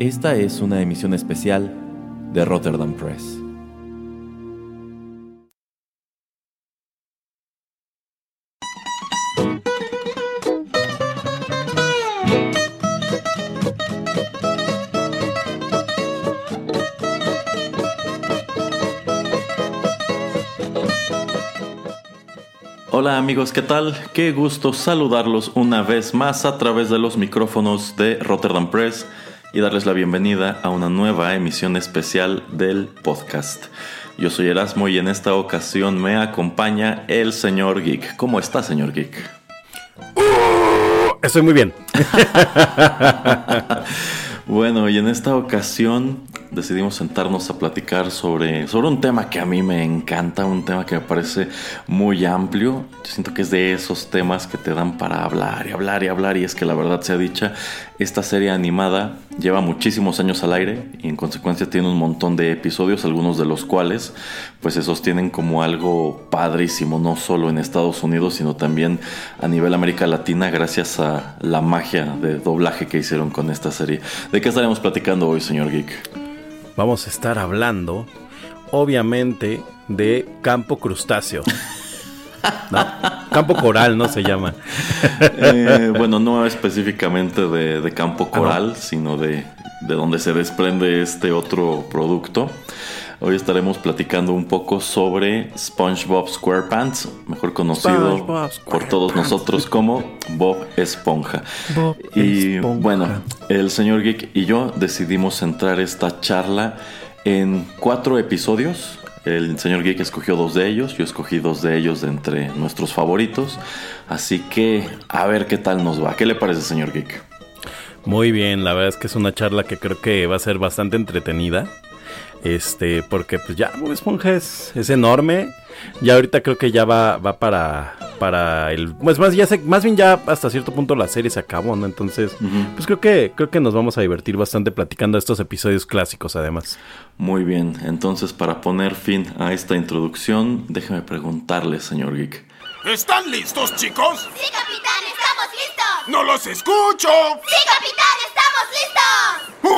Esta es una emisión especial de Rotterdam Press. Hola amigos, ¿qué tal? Qué gusto saludarlos una vez más a través de los micrófonos de Rotterdam Press y darles la bienvenida a una nueva emisión especial del podcast. Yo soy Erasmo y en esta ocasión me acompaña el señor Geek. ¿Cómo está, señor Geek? Estoy muy bien. Bueno, y en esta ocasión decidimos sentarnos a platicar sobre un tema que a mí me encanta, un tema que me parece muy amplio. Yo siento que es de esos temas que te dan para hablar y hablar y hablar, y es que la verdad sea dicha, esta serie animada lleva muchísimos años al aire y en consecuencia tiene un montón de episodios, algunos de los cuales pues se sostienen como algo padrísimo, no solo en Estados Unidos, sino también a nivel América Latina, gracias a la magia de doblaje que hicieron con esta serie. ¿De qué estaremos platicando hoy, señor Geek? Vamos a estar hablando, obviamente, de Campo Crustáceo. ¿No? Campo Coral, ¿no se llama? Bueno, no específicamente de Campo Coral, sino de donde se desprende este otro producto. Hoy estaremos platicando un poco sobre SpongeBob SquarePants, mejor conocido por todos nosotros como Bob Esponja. Y bueno, el señor Geek y yo decidimos centrar esta charla en 4 episodios. El señor Geek escogió 2 de ellos, yo escogí 2 de ellos de entre nuestros favoritos. Así que a ver qué tal nos va. ¿Qué le parece, señor Geek? Muy bien, la verdad es que es una charla que creo que va a ser bastante entretenida. Porque pues ya Bob Esponja es enorme. Ya ahorita creo que ya va para el, pues más bien ya hasta cierto punto la serie se acabó, ¿no? Entonces, pues creo que nos vamos a divertir bastante platicando estos episodios clásicos, además. Muy bien, entonces para poner fin a esta introducción, déjeme preguntarle, señor Geek. ¿Están listos, chicos? ¡Sí, capitán! ¡Estamos listos! ¡No los escucho! ¡Sí, capitán! ¡Estamos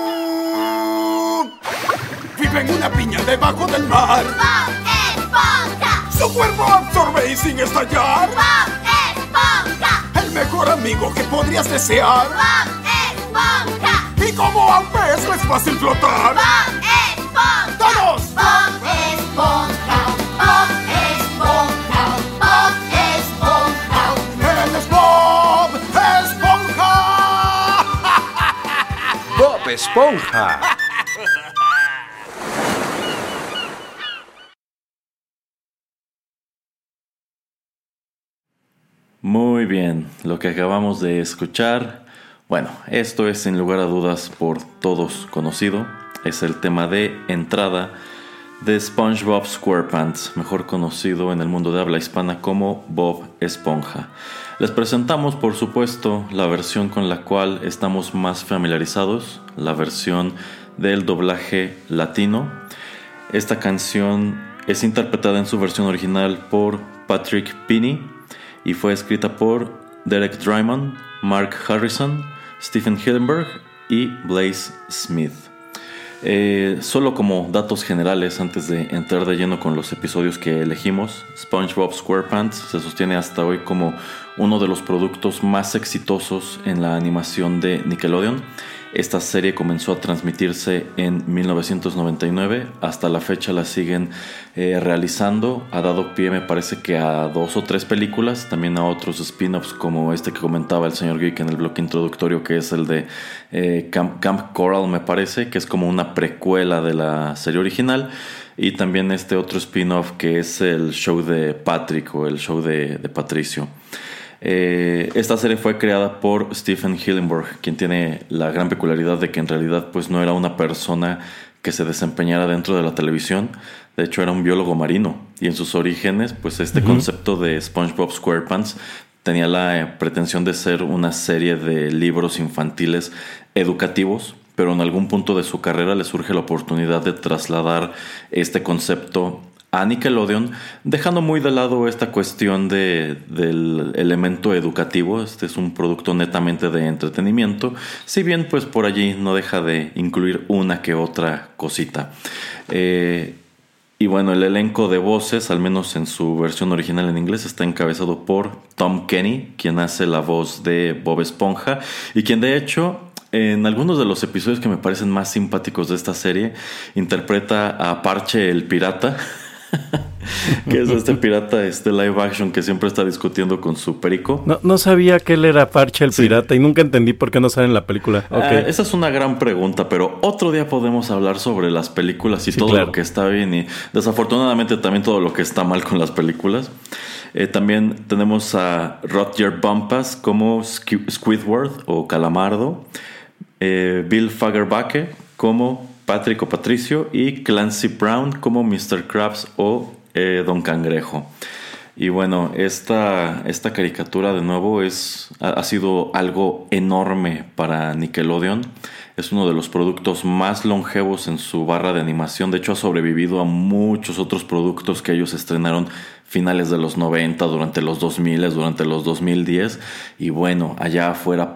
listos! Vive en una piña debajo del mar. ¡Bob Esponja! Su cuerpo absorbe y sin estallar. ¡Bob Esponja! El mejor amigo que podrías desear. ¡Bob Esponja! Y como a un pez es fácil flotar. ¡Bob Esponja! ¡Todos! ¡Bob Esponja! ¡Bob Esponja! ¡Bob Esponja! ¡Él es Bob Esponja! Bob Esponja. Muy bien, lo que acabamos de escuchar, bueno, esto es sin lugar a dudas por todos conocido, es el tema de entrada de SpongeBob SquarePants, mejor conocido en el mundo de habla hispana como Bob Esponja. Les presentamos, por supuesto, la versión con la cual estamos más familiarizados, la versión del doblaje latino. Esta canción es interpretada en su versión original por Patrick Penny y fue escrita por Derek Drymon, Mark Harrison, Stephen Hillenburg y Blaze Smith. Solo como datos generales antes de entrar de lleno con los episodios que elegimos, SpongeBob SquarePants se sostiene hasta hoy como uno de los productos más exitosos en la animación de Nickelodeon. Esta serie comenzó a transmitirse en 1999, hasta la fecha la siguen realizando, ha dado pie me parece que a 2 o 3 películas, también a otros spin-offs como este que comentaba el señor Geek en el bloque introductorio, que es el de Camp Coral me parece, que es como una precuela de la serie original, y también este otro spin-off que es el show de Patrick o el show de Patricio. Esta serie fue creada por Stephen Hillenburg, quien tiene la gran peculiaridad de que en realidad pues no era una persona que se desempeñara dentro de la televisión. De hecho era un biólogo marino, y en sus orígenes pues este concepto de SpongeBob SquarePants tenía la pretensión de ser una serie de libros infantiles educativos, pero en algún punto de su carrera le surge la oportunidad de trasladar este concepto a Nickelodeon, dejando muy de lado esta cuestión del elemento educativo. Este es un producto netamente de entretenimiento, si bien pues por allí no deja de incluir una que otra cosita. Y bueno, el elenco de voces, al menos en su versión original en inglés, está encabezado por Tom Kenny, quien hace la voz de Bob Esponja y quien de hecho en algunos de los episodios que me parecen más simpáticos de esta serie interpreta a Parche el pirata. Que es este pirata live action que siempre está discutiendo con su perico. No sabía que él era Parche el pirata y nunca entendí por qué no sale en la película. Okay. Esa es una gran pregunta, pero otro día podemos hablar sobre las películas y todo lo que está bien y desafortunadamente también todo lo que está mal con las películas. También tenemos a Roger Bumpass como Squidward o Calamardo, Bill Fagerbakke como Patrick o Patricio y Clancy Brown como Mr. Krabs o Don Cangrejo. Y bueno, esta caricatura de nuevo ha sido algo enorme para Nickelodeon. Es uno de los productos más longevos en su barra de animación. De hecho, ha sobrevivido a muchos otros productos que ellos estrenaron finales de los 90, durante los 2000, durante los 2010. Y bueno, allá afuera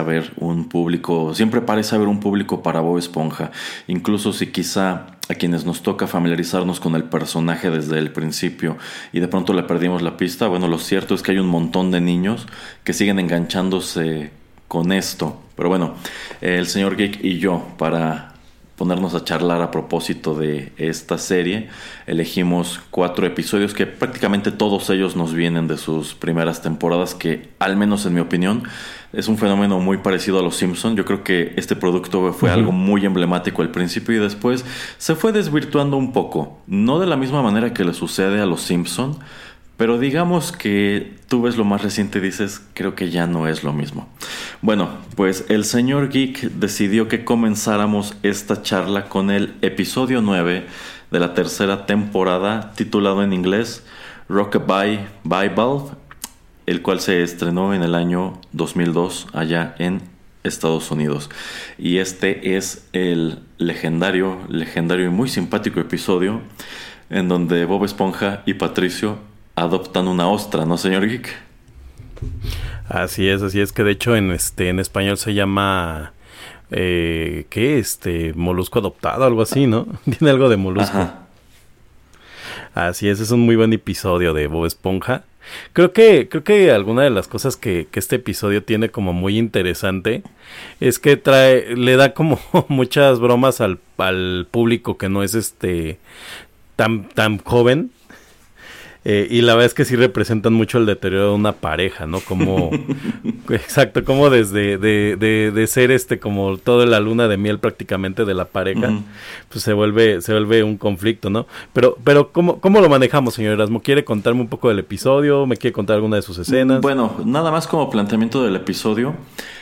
siempre parece haber un público para Bob Esponja. Incluso si quizá a quienes nos toca familiarizarnos con el personaje desde el principio y de pronto le perdimos la pista, bueno, lo cierto es que hay un montón de niños que siguen enganchándose con esto. Pero bueno, el señor Geek y yo, para ponernos a charlar a propósito de esta serie, elegimos 4 episodios que prácticamente todos ellos nos vienen de sus primeras temporadas, que al menos en mi opinión es un fenómeno muy parecido a Los Simpson. Yo creo que este producto fue algo muy emblemático al principio y después se fue desvirtuando un poco, no de la misma manera que le sucede a Los Simpson, pero digamos que tú ves lo más reciente y dices, creo que ya no es lo mismo. Bueno, pues el señor Geek decidió que comenzáramos esta charla con el episodio 9 de la tercera temporada, titulado en inglés Rockabye Bible, el cual se estrenó en el año 2002 allá en Estados Unidos. Y este es el legendario y muy simpático episodio en donde Bob Esponja y Patricio adoptan una ostra, ¿no, señor Geek? Así es, que de hecho en español se llama molusco adoptado, algo así, ¿no? Tiene algo de molusco. Ajá. Así es un muy buen episodio de Bob Esponja. Creo que alguna de las cosas que este episodio tiene como muy interesante es que le da como muchas bromas al público que no es tan joven. Y la verdad es que sí representan mucho el deterioro de una pareja, ¿no? Como exacto, como desde de ser como toda la luna de miel prácticamente de la pareja, pues se vuelve un conflicto, ¿no? Pero ¿cómo lo manejamos, señor Erasmo? ¿Quiere contarme un poco del episodio? ¿Me quiere contar alguna de sus escenas? Bueno, nada más como planteamiento del episodio.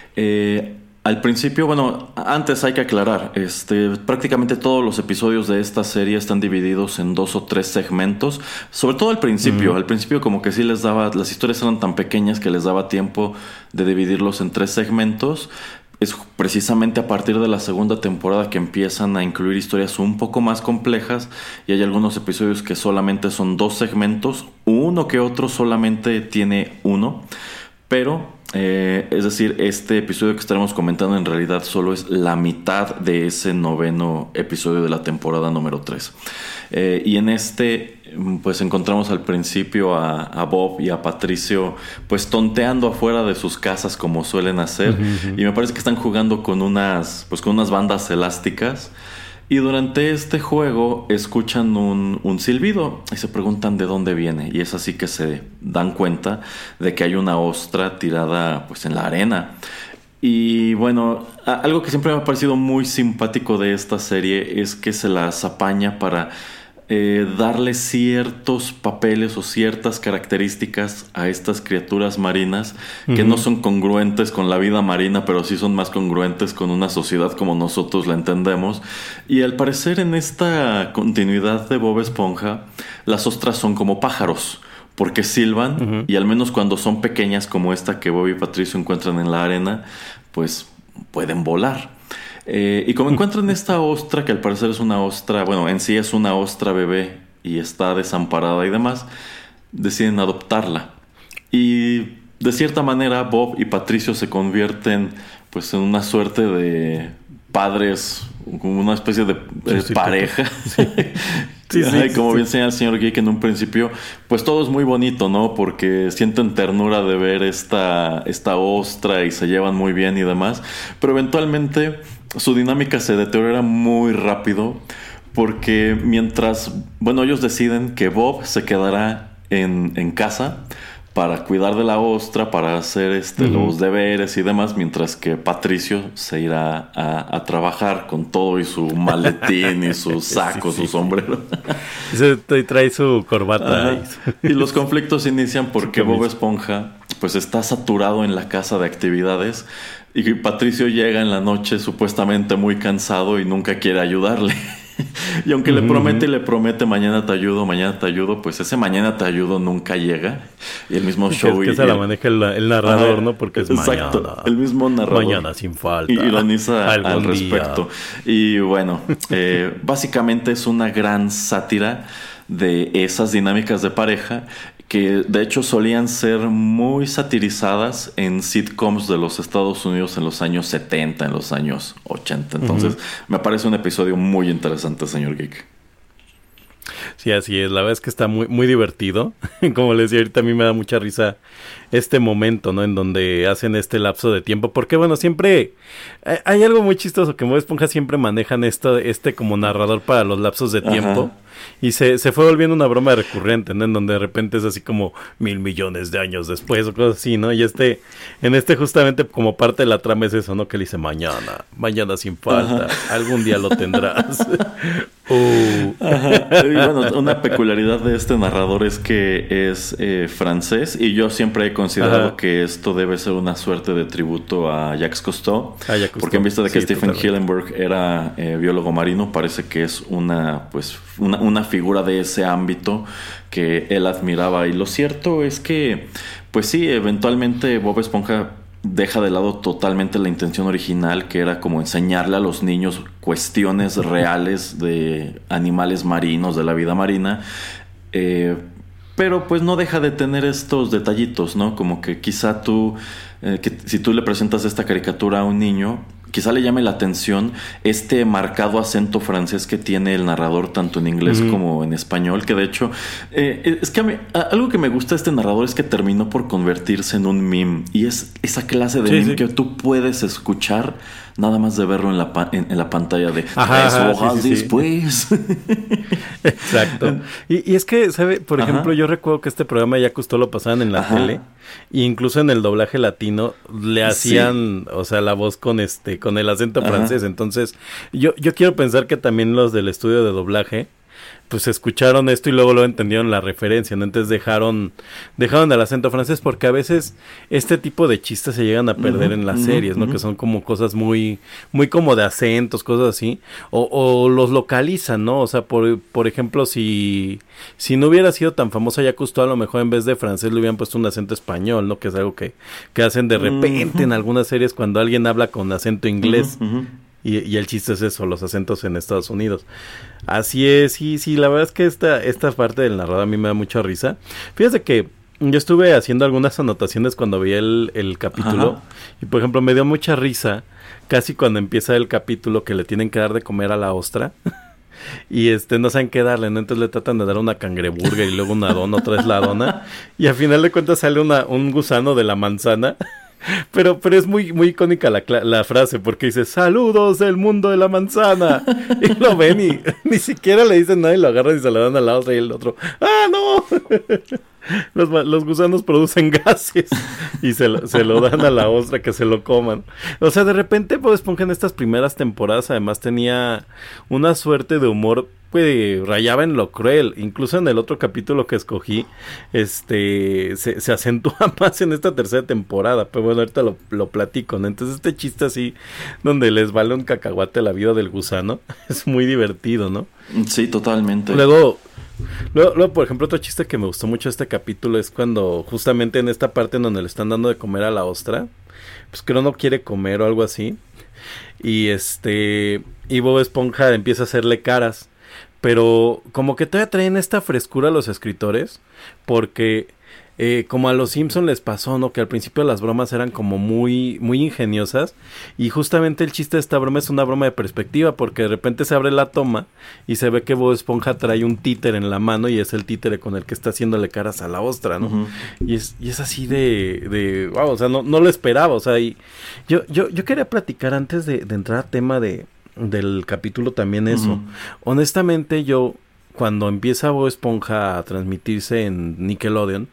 Al principio, bueno, antes hay que aclarar, prácticamente todos los episodios de esta serie están divididos en 2 o 3 segmentos, sobre todo al principio. Al principio como que sí las historias eran tan pequeñas que les daba tiempo de dividirlos en 3 segmentos. Es precisamente a partir de la segunda temporada que empiezan a incluir historias un poco más complejas y hay algunos episodios que solamente son 2 segmentos, uno que otro solamente tiene 1, pero es decir, este episodio que estaremos comentando en realidad solo es la mitad de ese 9º episodio de la temporada número 3. Y en pues encontramos al principio a Bob y a Patricio pues tonteando afuera de sus casas como suelen hacer. Y me parece que están jugando con unas bandas elásticas. Y durante este juego escuchan un silbido y se preguntan de dónde viene. Y es así que se dan cuenta de que hay una ostra tirada pues en la arena. Y bueno, algo que siempre me ha parecido muy simpático de esta serie es que se las apaña para darle ciertos papeles o ciertas características a estas criaturas marinas que no son congruentes con la vida marina, pero sí son más congruentes con una sociedad como nosotros la entendemos. Y al parecer en esta continuidad de Bob Esponja, las ostras son como pájaros, porque silban y al menos cuando son pequeñas como esta que Bob y Patricio encuentran en la arena, pues pueden volar. Y como encuentran esta ostra, que al parecer es una ostra, bueno, en sí es una ostra bebé y está desamparada y demás, deciden adoptarla. Y de cierta manera Bob y Patricio se convierten pues en una suerte de padres, como una especie de pareja. Sí. Como bien señala el señor Geek en un principio, pues todo es muy bonito, ¿no? Porque sienten ternura de ver esta ostra y se llevan muy bien y demás. Pero eventualmente su dinámica se deteriora muy rápido porque mientras, bueno, ellos deciden que Bob se quedará en casa para cuidar de la ostra, para hacer los deberes y demás, mientras que Patricio se irá a trabajar con todo y su maletín y su saco, su sombrero. Y trae su corbata. Y los conflictos inician porque Bob Esponja pues está saturado en la casa de actividades y Patricio llega en la noche supuestamente muy cansado y nunca quiere ayudarle. Y aunque le promete mañana te ayudo, pues ese mañana te ayudo nunca llega. Y el mismo show que se la maneja el narrador, ¿no? Porque es exacto, mañana, el mismo narrador mañana sin falta, y ironiza al respecto. Y bueno, básicamente es una gran sátira de esas dinámicas de pareja que de hecho solían ser muy satirizadas en sitcoms de los Estados Unidos en los años 70, en los años 80. Entonces, me parece un episodio muy interesante, señor Geek. Sí, así es. La verdad es que está muy, muy divertido. Como les decía, ahorita a mí me da mucha risa este momento, ¿no? En donde hacen este lapso de tiempo. Porque, bueno, siempre hay algo muy chistoso que Bob Esponja siempre manejan como narrador para los lapsos de tiempo. Y se fue volviendo una broma recurrente, ¿no? En donde de repente es así como 1,000 millones de años después o cosas así, ¿no? Y justamente como parte de la trama es eso, ¿no? Que le dice mañana sin falta, algún día lo tendrás. Y bueno, una peculiaridad de este narrador es que es francés y yo siempre he considerado que esto debe ser una suerte de tributo a Jacques Cousteau, porque en vista de que Stephen Hillenburg era biólogo marino, parece que es una figura de ese ámbito que él admiraba. Y lo cierto es que, pues sí, eventualmente Bob Esponja deja de lado totalmente la intención original, que era como enseñarle a los niños cuestiones reales de animales marinos, de la vida marina, pero pues no deja de tener estos detallitos, ¿no? Como que quizá que si tú le presentas esta caricatura a un niño, quizá le llame la atención este marcado acento francés que tiene el narrador tanto en inglés como en español, que de hecho es que algo que me gusta de este narrador es que terminó por convertirse en un meme, y es esa clase de meme que tú puedes escuchar nada más de verlo en la pantalla de 3 hojas después. Exacto. Y es que, ¿sabe? Por ejemplo, yo recuerdo que este programa ya Cousteau lo pasaban en la tele, e incluso en el doblaje latino le hacían, o sea, la voz con el acento francés. Entonces, yo quiero pensar que también los del estudio de doblaje pues escucharon esto y luego lo entendieron la referencia, ¿no? Entonces dejaron el acento francés, porque a veces este tipo de chistes se llegan a perder en las series, ¿no? Que son como cosas muy, muy como de acentos, cosas así, o los localizan, ¿no? O sea, por ejemplo, si no hubiera sido tan famosa ya Cousteau, a lo mejor en vez de francés le hubieran puesto un acento español, ¿no? Que es algo que hacen de repente en algunas series cuando alguien habla con acento inglés. Y el chiste es eso, los acentos en Estados Unidos. Así es, sí, la verdad es que esta parte del narrador a mí me da mucha risa. Fíjate que yo estuve haciendo algunas anotaciones cuando vi el capítulo. Y por ejemplo me dio mucha risa casi cuando empieza el capítulo, que le tienen que dar de comer a la ostra. Y no saben qué darle, ¿no? Entonces le tratan de dar una cangreburger y luego una dona, otra vez la dona. Y al final de cuentas sale un gusano de la manzana. Pero es muy, muy icónica la frase, porque dice: saludos del mundo de la manzana. Y lo ven y ni siquiera le dicen nada y lo agarran y se lo dan a la otra, y el otro: ¡ah, no! Los gusanos producen gases y se lo dan a la ostra que se lo coman. O sea, de repente Bob Esponja en estas primeras temporadas además tenía una suerte de humor, pues rayaba en lo cruel. Incluso en el otro capítulo que escogí, se acentúa más en esta tercera temporada. Pero bueno, ahorita lo platico, ¿no? Entonces este chiste así, donde les vale un cacahuate la vida del gusano, es muy divertido, ¿no? Sí, totalmente. Luego, por ejemplo, otro chiste que me gustó mucho de este capítulo es cuando justamente en esta parte en donde le están dando de comer a la ostra, pues creo no quiere comer o algo así, y Bob Esponja empieza a hacerle caras, pero como que todavía traen esta frescura los escritores, porque como a los Simpson les pasó, ¿no? Que al principio las bromas eran como muy, muy ingeniosas, y justamente el chiste de esta broma es una broma de perspectiva, porque de repente se abre la toma y se ve que Bob Esponja trae un títere en la mano y es el títere con el que está haciéndole caras a la ostra, ¿no? Uh-huh. Y es así de wow, o sea, no lo esperaba, o sea, y yo quería platicar antes de entrar a tema del capítulo también eso. Uh-huh. Honestamente, yo cuando empieza Bob Esponja a transmitirse en Nickelodeon,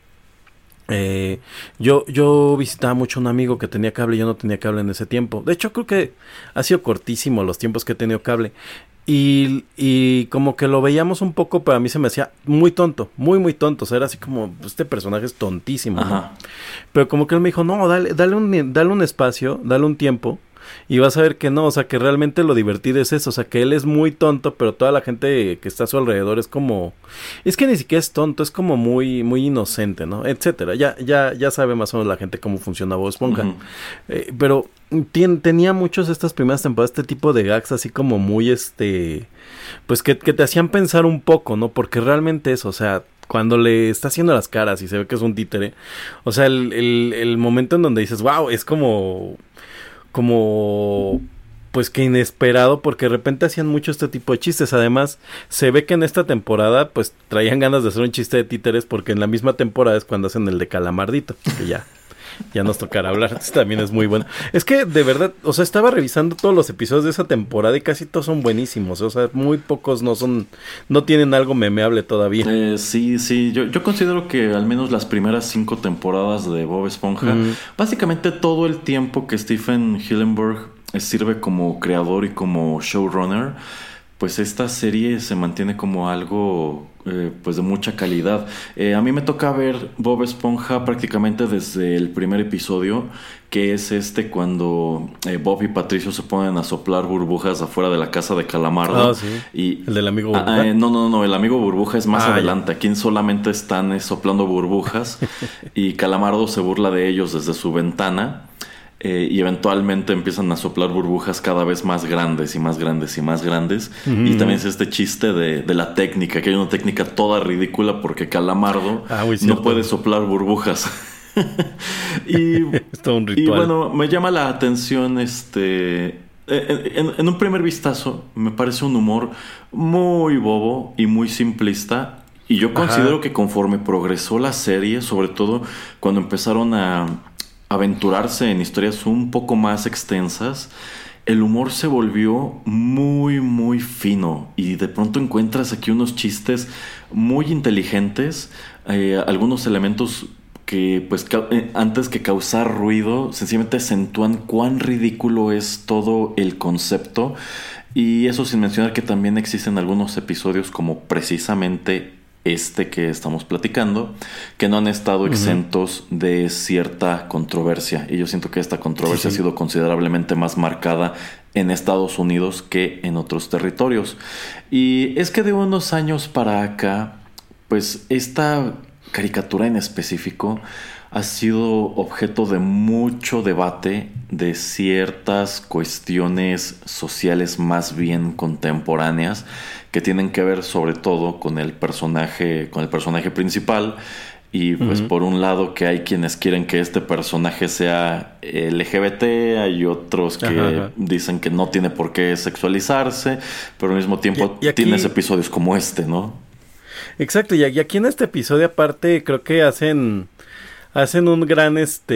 yo visitaba mucho a un amigo que tenía cable y yo no tenía cable en ese tiempo. De hecho, creo que ha sido cortísimo los tiempos que he tenido cable. Y como que lo veíamos un poco, pero a mí se me hacía muy tonto, muy, muy tonto. O sea, era así como, este personaje es tontísimo, ¿no? Ajá. Pero como que él me dijo, no, dale un espacio, dale un tiempo. Y vas a ver que no, o sea, que realmente lo divertido es eso, o sea, que él es muy tonto, pero toda la gente que está a su alrededor es como, es que ni siquiera es tonto, es como muy, muy inocente, ¿no? Etcétera. Ya sabe más o menos la gente cómo funciona Bob Esponja. Uh-huh. Pero tenía muchos estas primeras temporadas, este tipo de gags así como muy, pues que te hacían pensar un poco, ¿no? Porque realmente es, o sea, cuando le está haciendo las caras y se ve que es un títere, o sea, el momento en donde dices, wow, es como pues que inesperado, porque de repente hacían mucho este tipo de chistes. Además, se ve que en esta temporada pues traían ganas de hacer un chiste de títeres, porque en la misma temporada es cuando hacen el de Calamardito, que ya nos tocará hablar. Este también es muy bueno. Es que de verdad, o sea, estaba revisando todos los episodios de esa temporada y casi todos son buenísimos. O sea, muy pocos no tienen algo memeable todavía. Sí. Yo considero que al menos las primeras 5 temporadas de Bob Esponja, básicamente todo el tiempo que Stephen Hillenburg sirve como creador y como showrunner, pues esta serie se mantiene como algo pues de mucha calidad. A mí me toca ver Bob Esponja prácticamente desde el primer episodio, que es cuando Bob y Patricio se ponen a soplar burbujas afuera de la casa de Calamardo. Ah, sí. Y, ¿el del amigo burbuja? No, el amigo burbuja es más adelante. Aquí solamente están soplando burbujas y Calamardo se burla de ellos desde su ventana. Y eventualmente empiezan a soplar burbujas cada vez más grandes y más grandes y más grandes. Uh-huh. Y también es este chiste de la técnica, que hay una técnica toda ridícula porque Calamardo no puede soplar burbujas. Es todo un ritual. Y bueno, me llama la atención en un primer vistazo me parece un humor muy bobo y muy simplista. Y yo considero que conforme progresó la serie, sobre todo cuando empezaron a aventurarse en historias un poco más extensas, el humor se volvió muy, muy fino. Y de pronto encuentras aquí unos chistes muy inteligentes, algunos elementos que pues antes que causar ruido, sencillamente acentúan cuán ridículo es todo el concepto. Y eso sin mencionar que también existen algunos episodios como precisamente que estamos platicando, que no han estado exentos de cierta controversia. Y yo siento que esta controversia ha sido considerablemente más marcada en Estados Unidos que en otros territorios. Y es que de unos años para acá, pues esta caricatura en específico ha sido objeto de mucho debate de ciertas cuestiones sociales más bien contemporáneas, que tienen que ver sobre todo con el personaje principal. Y pues por un lado que hay quienes quieren que este personaje sea LGBT, hay otros que dicen que no tiene por qué sexualizarse, pero al mismo tiempo y aquí tienes episodios como ¿no? Exacto, y aquí en este episodio aparte creo que hacen un gran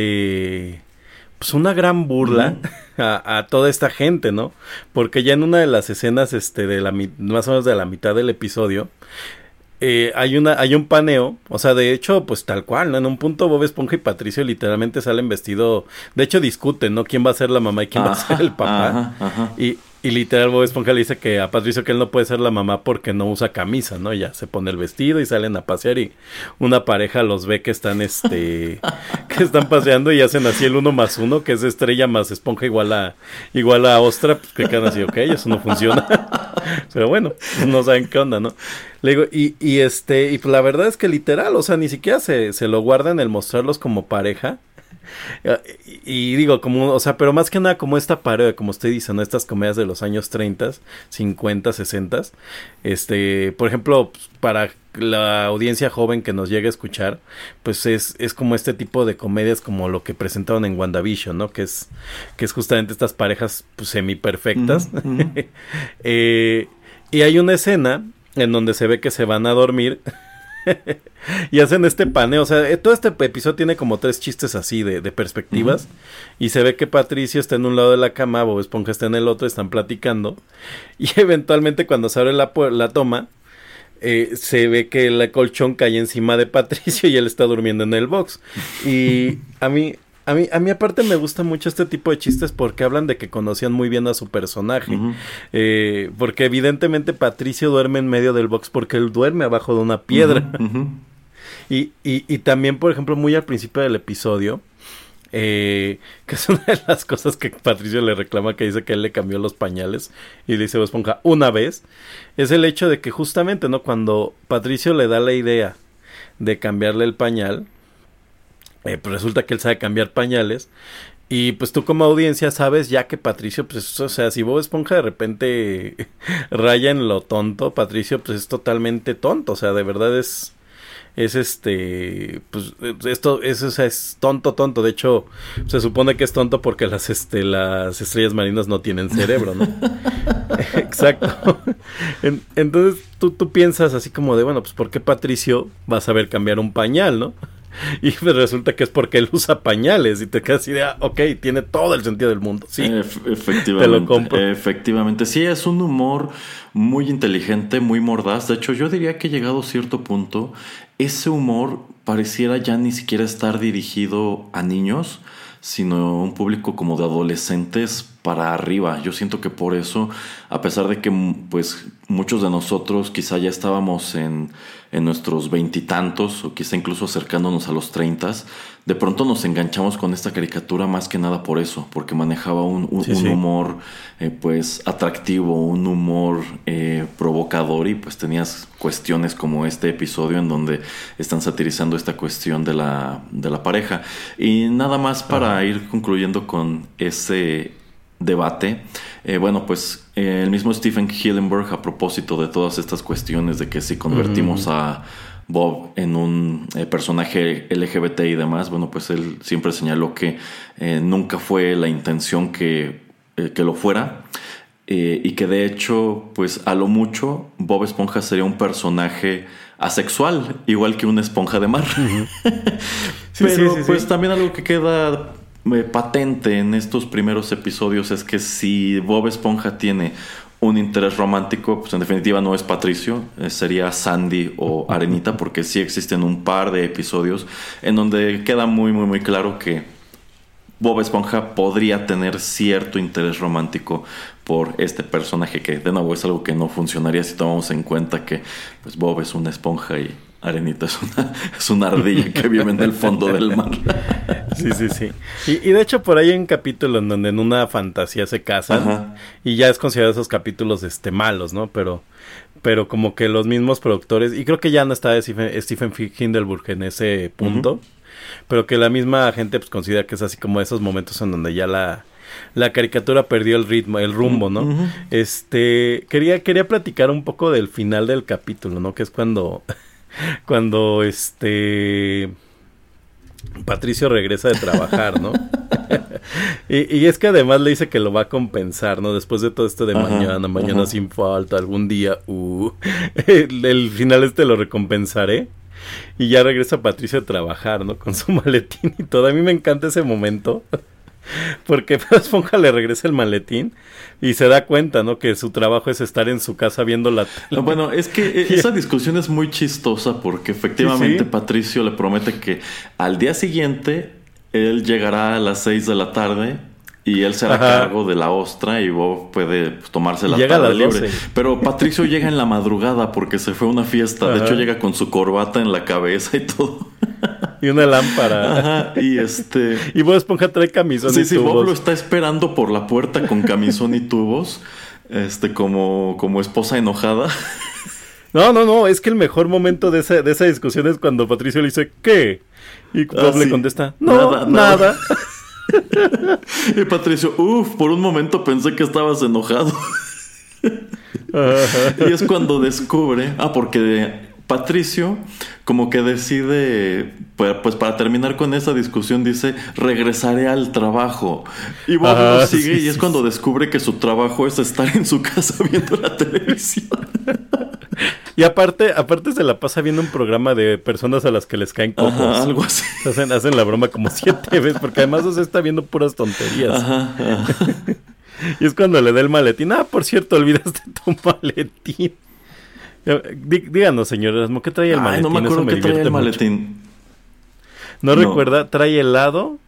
pues una gran burla a toda esta gente, ¿no? Porque ya en una de las escenas más o menos de la mitad del episodio hay un paneo, o sea, de hecho, pues tal cual, ¿no? En un punto Bob Esponja y Patricio literalmente salen vestido, de hecho discuten, ¿no? ¿Quién va a ser la mamá y quién va a ser el papá? Y literal Bob Esponja le dice que a Patricio que él no puede ser la mamá porque no usa camisa, ¿no? Ya se pone el vestido y salen a pasear y una pareja los ve que están que están paseando y hacen así el 1+1, que es Estrella más Esponja igual a Ostra, pues que quedan así, ok, eso no funciona. Pero bueno, pues no saben qué onda, ¿no? Le digo, y pues la verdad es que literal, o sea, ni siquiera se lo guardan el mostrarlos como pareja. Y digo, como, o sea, pero más que nada como esta parodia, como usted dice, ¿no? Estas comedias de los años 30, 50, 60. Por ejemplo, para la audiencia joven que nos llegue a escuchar, pues es como este tipo de comedias como lo que presentaron en WandaVision, ¿no? Que es justamente estas parejas pues, semi-perfectas. Y hay una escena en donde se ve que se van a dormir y hacen este paneo, o sea, todo este episodio tiene como 3 chistes así de perspectivas, y se ve que Patricio está en un lado de la cama, Bob Esponja está en el otro, están platicando, y eventualmente cuando se abre la toma, se ve que el colchón cae encima de Patricio y él está durmiendo en el box. Y a mí aparte me gusta mucho este tipo de chistes porque hablan de que conocían muy bien a su personaje. Porque evidentemente Patricio duerme en medio del box porque él duerme abajo de una piedra. Y también, por ejemplo, muy al principio del episodio, que es una de las cosas que Patricio le reclama, que dice que él le cambió los pañales y le dice Bob Esponja una vez, es el hecho de que justamente, ¿no? Cuando Patricio le da la idea de cambiarle el pañal, pues resulta que él sabe cambiar pañales. Y pues tú como audiencia sabes ya que Patricio, pues, o sea, si Bob Esponja de repente raya en lo tonto, Patricio pues es totalmente tonto, o sea, de verdad es pues esto es, o sea, es tonto. De hecho, se supone que es tonto porque las estrellas marinas no tienen cerebro, ¿no? Exacto. Entonces tú piensas así como de, bueno, pues ¿por qué Patricio va a saber cambiar un pañal, no? Y pues resulta que es porque él usa pañales y te quedas así de, ok, tiene todo el sentido del mundo. Sí, efectivamente, te lo compro. Efectivamente, sí, es un humor muy inteligente, muy mordaz. De hecho, yo diría que llegado a cierto punto, ese humor pareciera ya ni siquiera estar dirigido a niños, sino a un público como de adolescentes para arriba. Yo siento que por eso, a pesar de que pues muchos de nosotros quizá ya estábamos en nuestros 20 y tantos, o quizá incluso acercándonos a los 30, de pronto nos enganchamos con esta caricatura más que nada por eso, porque manejaba un humor pues atractivo, un humor provocador, y pues tenías cuestiones como este episodio en donde están satirizando esta cuestión de la pareja. Y nada más para ir concluyendo con ese debate, bueno, pues el mismo Stephen Hillenburg, a propósito de todas estas cuestiones de que si convertimos a Bob en un personaje LGBT y demás, bueno, pues él siempre señaló que nunca fue la intención que lo fuera, y que de hecho, pues a lo mucho Bob Esponja sería un personaje asexual, igual que una esponja de mar. Pero pues también algo que queda patente en estos primeros episodios es que si Bob Esponja tiene un interés romántico, pues en definitiva no es Patricio, sería Sandy o Arenita, porque sí existen un par de episodios en donde queda muy muy muy claro que Bob Esponja podría tener cierto interés romántico por este personaje, que de nuevo es algo que no funcionaría si tomamos en cuenta que pues Bob es una esponja y Arenita es una ardilla que vive en el fondo del mar. Sí. Y de hecho por ahí hay un capítulo en donde en una fantasía se casan, y ya es considerado esos capítulos malos, ¿no? Pero como que los mismos productores, y creo que ya no está Stephen Hillenburg en ese punto, pero que la misma gente pues considera que es así como esos momentos en donde ya la caricatura perdió el ritmo, el rumbo, ¿no? Quería platicar un poco del final del capítulo, ¿no? Que es cuando Patricio regresa de trabajar, ¿no? y es que además le dice que lo va a compensar, ¿no? Después de todo esto de mañana sin falta, algún día, el final lo recompensaré. Y ya regresa Patricio a trabajar, ¿no? Con su maletín y todo. A mí me encanta ese momento, porque Esponja le regresa el maletín y se da cuenta, ¿no? Que su trabajo es estar en su casa viendo la tele. Bueno, es que esa discusión es muy chistosa, porque efectivamente Patricio le promete que al día siguiente él llegará a las 6 de la tarde y él se hará cargo de la ostra y Bob puede tomarse la tarde libre. Pero Patricio llega en la madrugada porque se fue a una fiesta. De hecho, llega con su corbata en la cabeza y todo. Y una lámpara. Y Bob Esponja trae camisón y tubos. Sí, Bob lo está esperando por la puerta con camisón y tubos. Como esposa enojada. No, es que el mejor momento de esa discusión es cuando Patricio le dice, ¿qué? Y Bob le sí. contesta, no, nada. Y Patricio, por un momento pensé que estabas enojado. Y es cuando descubre, porque Patricio como que decide, pues para terminar con esa discusión dice, regresaré al trabajo. Y Bob lo sigue y es cuando descubre que su trabajo es estar en su casa viendo la televisión. Y aparte se la pasa viendo un programa de personas a las que les caen cocos. Ajá, algo así. Hacen la broma como 7 veces, porque además o sea, está viendo puras tonterías. Ajá. Y es cuando le da el maletín. Por cierto, olvidaste tu maletín. Díganos, señor Erasmo, ¿qué trae el maletín? No me acuerdo qué trae el maletín. ¿No recuerda? Trae helado.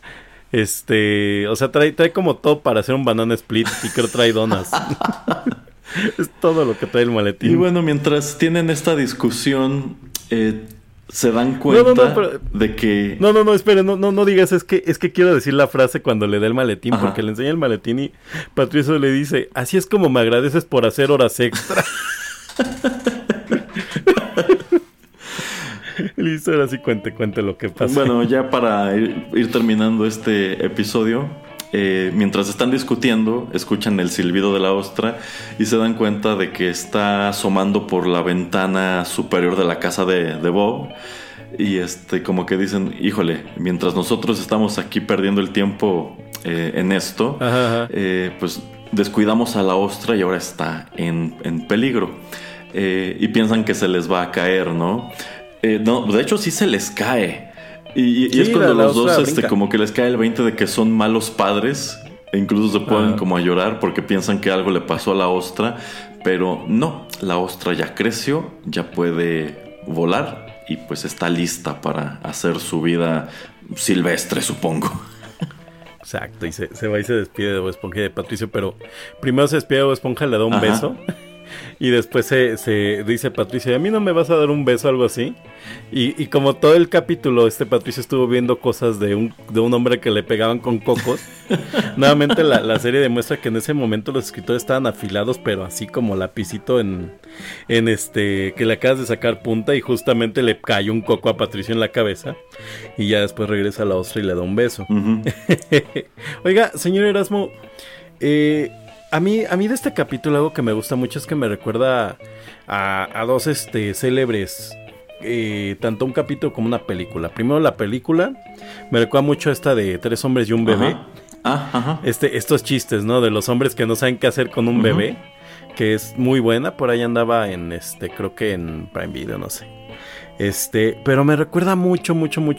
O sea, trae como todo para hacer un banana split. Y creo trae donas. Es todo lo que trae el maletín. Y bueno, mientras tienen esta discusión, se dan cuenta de que... No, espere, no digas, es que quiero decir la frase cuando le da el maletín, porque le enseña el maletín y Patricio le dice, así es como me agradeces por hacer horas extra. Listo, ahora sí cuente lo que pasa. Bueno, ya para ir terminando este episodio, mientras están discutiendo, escuchan el silbido de la ostra y se dan cuenta de que está asomando por la ventana superior de la casa de Bob. Y como que dicen, híjole, mientras nosotros estamos aquí perdiendo el tiempo en esto, pues descuidamos a la ostra y ahora está en peligro. Y piensan que se les va a caer, ¿no? No, de hecho sí se les cae. Y es cuando los dos como que les cae el 20 de que son malos padres. E incluso se ponen como a llorar porque piensan que algo le pasó a la ostra. Pero no, la ostra ya creció, ya puede volar y pues está lista para hacer su vida silvestre, supongo. Exacto, y se va y se despide de Bob Esponja y de Patricio, pero primero se despide de Bob Esponja, le da un beso. Y después se dice Patricio, ¿a mí no me vas a dar un beso o algo así? Y como todo el capítulo, Patricio estuvo viendo cosas de un hombre que le pegaban con cocos. Nuevamente la serie demuestra que en ese momento los escritores estaban afilados, pero así como lapicito en que le acabas de sacar punta y justamente le cayó un coco a Patricio en la cabeza. Y ya después regresa a la ostra y le da un beso. Oiga, señor Erasmo, A mí de este capítulo algo que me gusta mucho es que me recuerda a dos célebres, tanto un capítulo como una película. Primero la película me recuerda mucho a esta de 3 hombres y un bebé. Estos chistes, ¿no? De los hombres que no saben qué hacer con un bebé, que es muy buena. Por ahí andaba en creo que en Prime Video, no sé. Pero me recuerda mucho,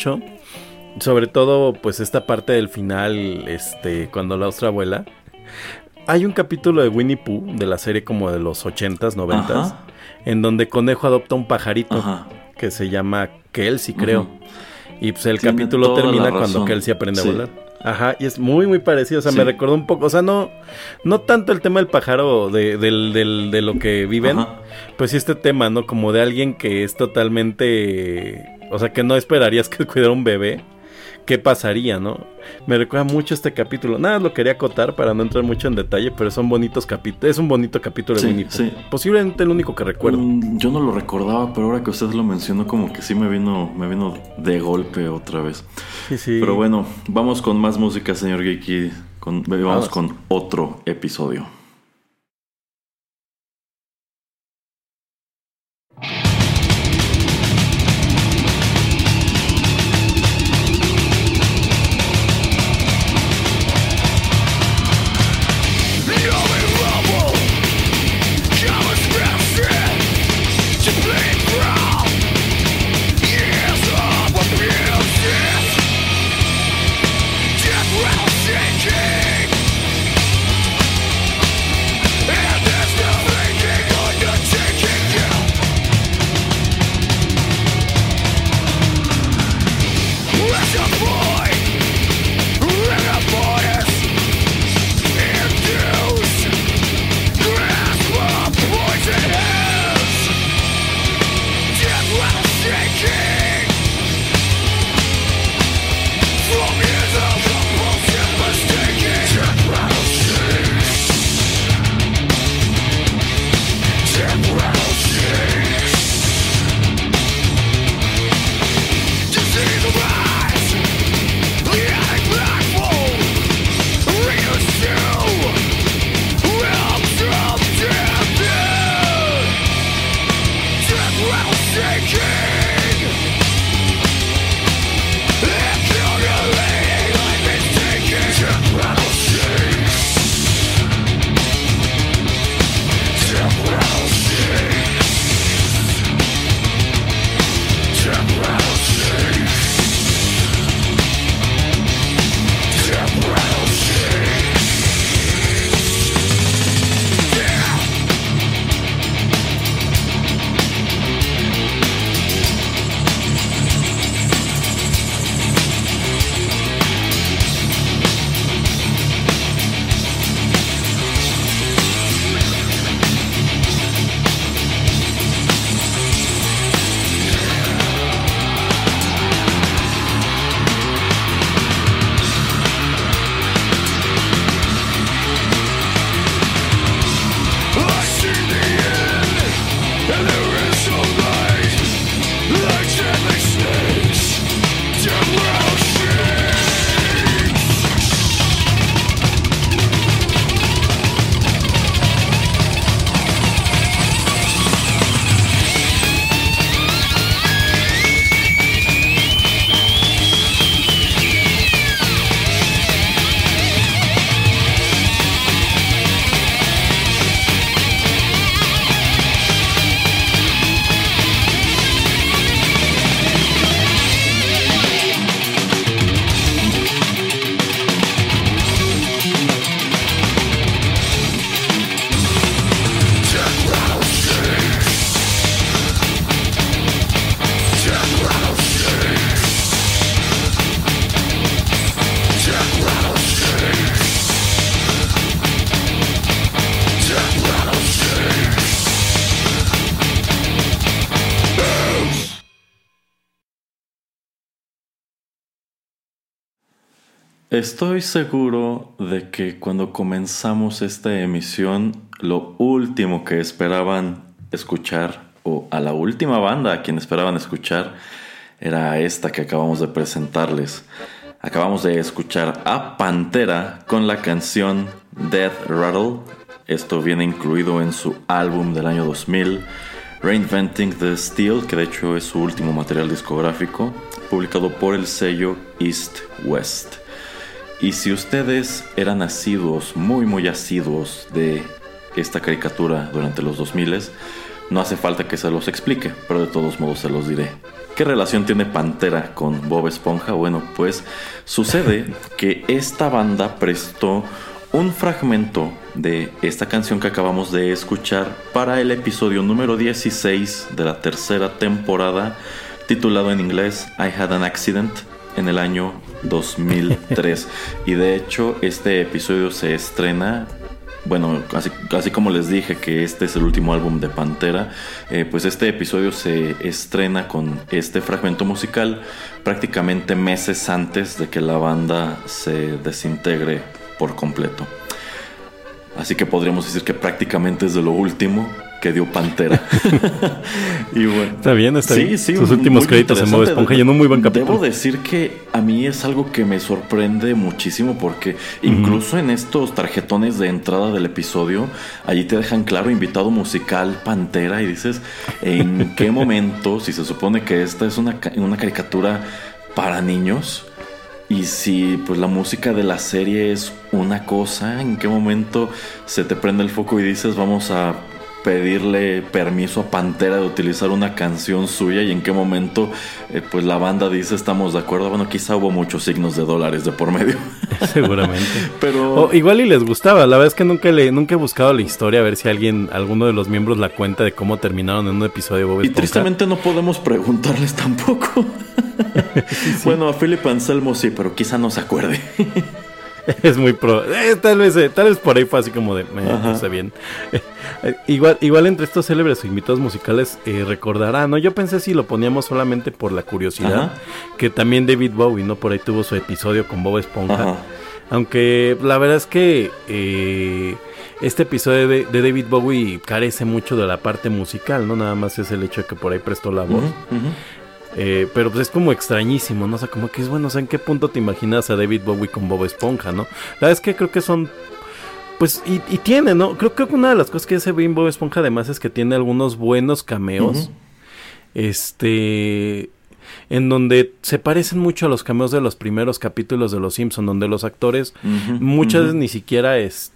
sobre todo pues esta parte del final, cuando la ostra vuela. Hay un capítulo de Winnie Pooh, de la serie como de los 80s, 90s, en donde Conejo adopta un pajarito que se llama Kelsey, creo. Y pues el capítulo termina cuando Kelsey aprende a volar. Y es muy parecido, o sea, me recordó un poco, o sea, no tanto el tema del pájaro de lo que viven, pues sí este tema, ¿no? Como de alguien que es totalmente, o sea, que no esperarías que cuidara un bebé. ¿Qué pasaría, no? Me recuerda mucho este capítulo. Nada, lo quería acotar para no entrar mucho en detalle, pero son bonitos capítulos. Es un bonito capítulo de Winnie Pooh. Posiblemente el único que recuerdo. Yo no lo recordaba, pero ahora que usted lo mencionó, como que sí me vino de golpe otra vez. Sí. Pero bueno, vamos con más música, señor Geeky. Vamos con otro episodio. Shaking. Estoy seguro de que cuando comenzamos esta emisión, lo último que esperaban escuchar, o a la última banda a quien esperaban escuchar, era esta que acabamos de presentarles. Acabamos de escuchar a Pantera con la canción Death Rattle. Esto viene incluido en su álbum del año 2000, Reinventing the Steel, que de hecho es su último material discográfico, publicado por el sello East West. Y si ustedes eran asiduos, muy asiduos de esta caricatura durante los 2000, no hace falta que se los explique, pero de todos modos se los diré. ¿Qué relación tiene Pantera con Bob Esponja? Bueno, pues sucede que esta banda prestó un fragmento de esta canción que acabamos de escuchar para el episodio número 16 de la tercera temporada, titulado en inglés I Had an Accident, en el año 2003. Y de hecho este episodio se estrena, bueno, así como les dije que este es el último álbum de Pantera, pues este episodio se estrena con este fragmento musical prácticamente meses antes de que la banda se desintegre por completo. Así que podríamos decir que prácticamente es de lo último que dio Pantera. Y bueno, está bien. Sí, sus últimos créditos en Bob Esponja y en un muy buen capítulo. Debo decir que a mí es algo que me sorprende muchísimo, porque incluso en estos tarjetones de entrada del episodio, allí te dejan claro invitado musical Pantera, y dices, ¿en qué momento, si se supone que esta es una caricatura para niños, y si pues la música de la serie es una cosa, en qué momento se te prende el foco y dices vamos a pedirle permiso a Pantera de utilizar una canción suya, y en qué momento pues la banda dice estamos de acuerdo? Bueno, quizá hubo muchos signos de dólares de por medio. Seguramente. Pero igual y les gustaba. La verdad es que nunca he buscado la historia a ver si alguno de los miembros la cuenta de cómo terminaron en un episodio de Bob Esponja. Y tristemente no podemos preguntarles tampoco. Sí. Bueno, a Philip Anselmo sí, pero quizá no se acuerde. Es muy tal vez por ahí fue así como de no sé bien. Igual entre estos célebres invitados musicales recordará, ¿no? Yo pensé si lo poníamos solamente por la curiosidad, que también David Bowie, ¿no? Por ahí tuvo su episodio con Bob Esponja. Aunque la verdad es que este episodio de David Bowie carece mucho de la parte musical, ¿no? Nada más es el hecho de que por ahí prestó la voz. Pero pues es como extrañísimo, ¿no? O sea, como que es bueno, o sea, ¿en qué punto te imaginas a David Bowie con Bob Esponja, no? La verdad es que creo que son, pues, y tiene, ¿no? Creo que una de las cosas que hace bien Bob Esponja además es que tiene algunos buenos cameos, en donde se parecen mucho a los cameos de los primeros capítulos de Los Simpson, donde los actores muchas veces ni siquiera,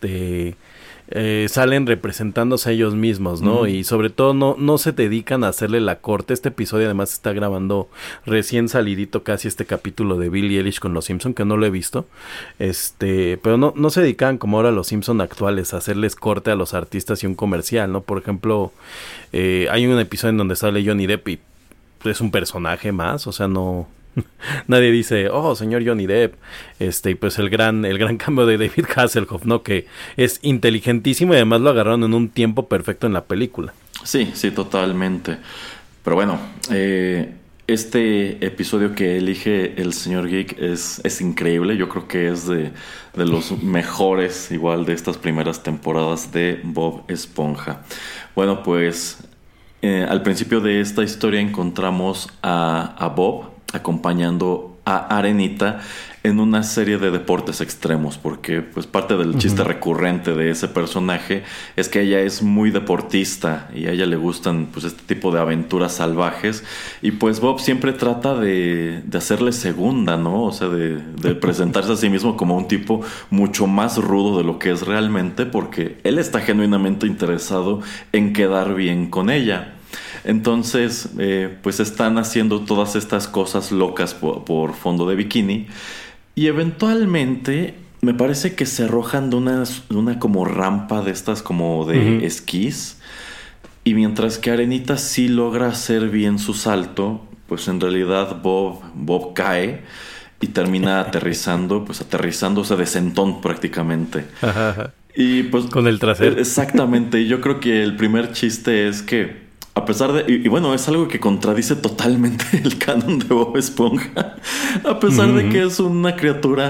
salen representándose a ellos mismos, ¿no? Y sobre todo no se dedican a hacerle la corte. Este episodio además está grabando recién salidito casi este capítulo de Billie Eilish con Los Simpson, que no lo he visto. Pero no se dedican como ahora los Simpson actuales a hacerles corte a los artistas y un comercial, ¿no? Por ejemplo, hay un episodio en donde sale Johnny Depp y es un personaje más, o sea, no... Nadie dice, oh, señor Johnny Depp. Y pues el gran cambio de David Hasselhoff, ¿no? Que es inteligentísimo y además lo agarraron en un tiempo perfecto en la película. Sí, totalmente. Pero bueno, este episodio que elige el señor Geek es increíble. Yo creo que es de los mejores, igual, de estas primeras temporadas de Bob Esponja. Bueno, pues al principio de esta historia encontramos a Bob acompañando a Arenita en una serie de deportes extremos, porque pues parte del chiste recurrente de ese personaje es que ella es muy deportista y a ella le gustan pues este tipo de aventuras salvajes, y pues Bob siempre trata de hacerle segunda, ¿no? O sea, de presentarse a sí mismo como un tipo mucho más rudo de lo que es realmente, porque él está genuinamente interesado en quedar bien con ella. Entonces, pues están haciendo todas estas cosas locas por fondo de bikini, y eventualmente me parece que se arrojan de una como rampa de estas como de esquís, y mientras que Arenita sí logra hacer bien su salto, pues en realidad Bob cae y termina aterrizándose de sentón prácticamente. Y pues con el trasero. Exactamente. Yo creo que el primer chiste es que a pesar de... Y bueno, es algo que contradice totalmente el canon de Bob Esponja. A pesar de que es una criatura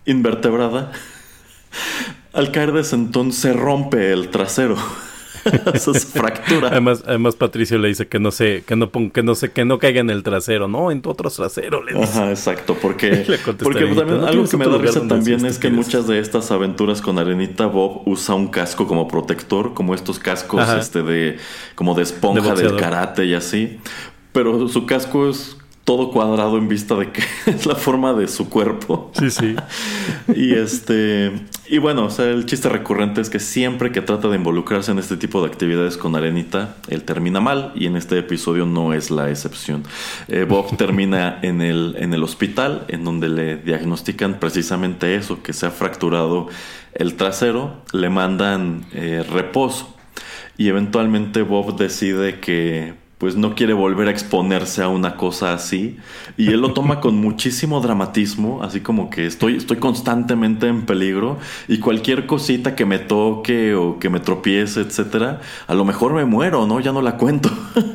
invertebrada, al caer de sentón se rompe el trasero. Eso es fractura. Además Patricio le dice que no caiga en el trasero, no, en tu otro trasero, le dice. Ajá, exacto, porque también ¿no? algo que me da risa también es que en quieres. muchas de estas aventuras con Arenita, Bob usa un casco como protector, como estos cascos como de esponja De del boxeador. karate y así, pero su casco es todo cuadrado en vista de que es la forma de su cuerpo. Sí. Y bueno, o sea, el chiste recurrente es que siempre que trata de involucrarse en este tipo de actividades con Arenita, él termina mal, y en este episodio no es la excepción. Bob termina en el hospital, en donde le diagnostican precisamente eso, que se ha fracturado el trasero, le mandan reposo, y eventualmente Bob decide que pues no quiere volver a exponerse a una cosa así, y él lo toma con muchísimo dramatismo, así como que estoy constantemente en peligro, y cualquier cosita que me toque o que me tropiece, etcétera, a lo mejor me muero, ¿no? Ya no la cuento.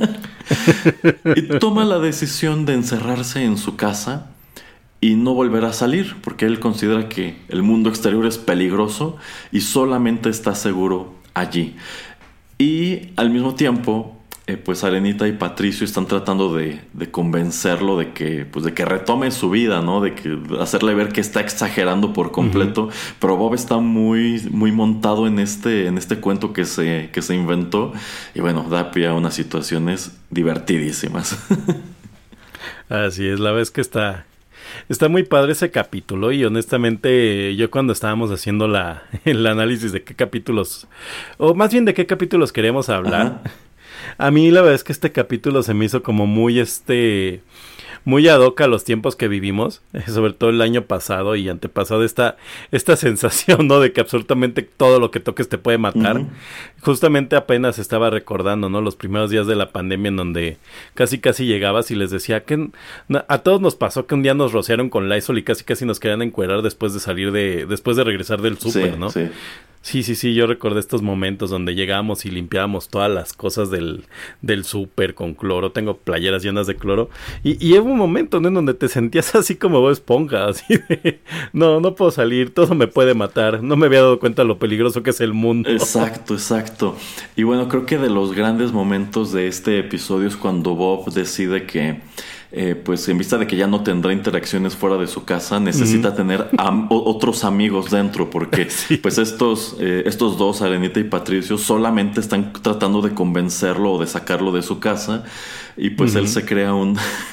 Y toma la decisión de encerrarse en su casa y no volver a salir, porque él considera que el mundo exterior es peligroso y solamente está seguro allí. Y al mismo tiempo, pues Arenita y Patricio están tratando de convencerlo de que retome su vida, ¿no? De que hacerle ver que está exagerando por completo. Uh-huh. Pero Bob está muy, muy montado en este cuento que se inventó. Y bueno, da pie a unas situaciones divertidísimas. Así es, la vez que está muy padre ese capítulo, y honestamente yo cuando estábamos haciendo el análisis de qué capítulos, o más bien de qué capítulos queríamos hablar, uh-huh. A mí la verdad es que este capítulo se me hizo como muy muy ad hoc a los tiempos que vivimos, sobre todo el año pasado y antepasado, esta sensación, ¿no? De que absolutamente todo lo que toques te puede matar. Uh-huh. Justamente apenas estaba recordando, ¿no? Los primeros días de la pandemia, en donde casi llegabas y les decía que a todos nos pasó que un día nos rociaron con Lysol y casi nos querían encuerar después de regresar del súper, ¿no? Sí. Sí, yo recordé estos momentos donde llegábamos y limpiábamos todas las cosas del súper con cloro. Tengo playeras llenas de cloro. Y hubo un momento, ¿no? En donde te sentías así como Bob Esponja, así de, no puedo salir, todo me puede matar. No me había dado cuenta de lo peligroso que es el mundo. Exacto. Y bueno, creo que de los grandes momentos de este episodio es cuando Bob decide que pues en vista de que ya no tendrá interacciones fuera de su casa, necesita tener otros amigos dentro, porque pues estos dos, Arenita y Patricio, solamente están tratando de convencerlo o de sacarlo de su casa, y pues él se crea un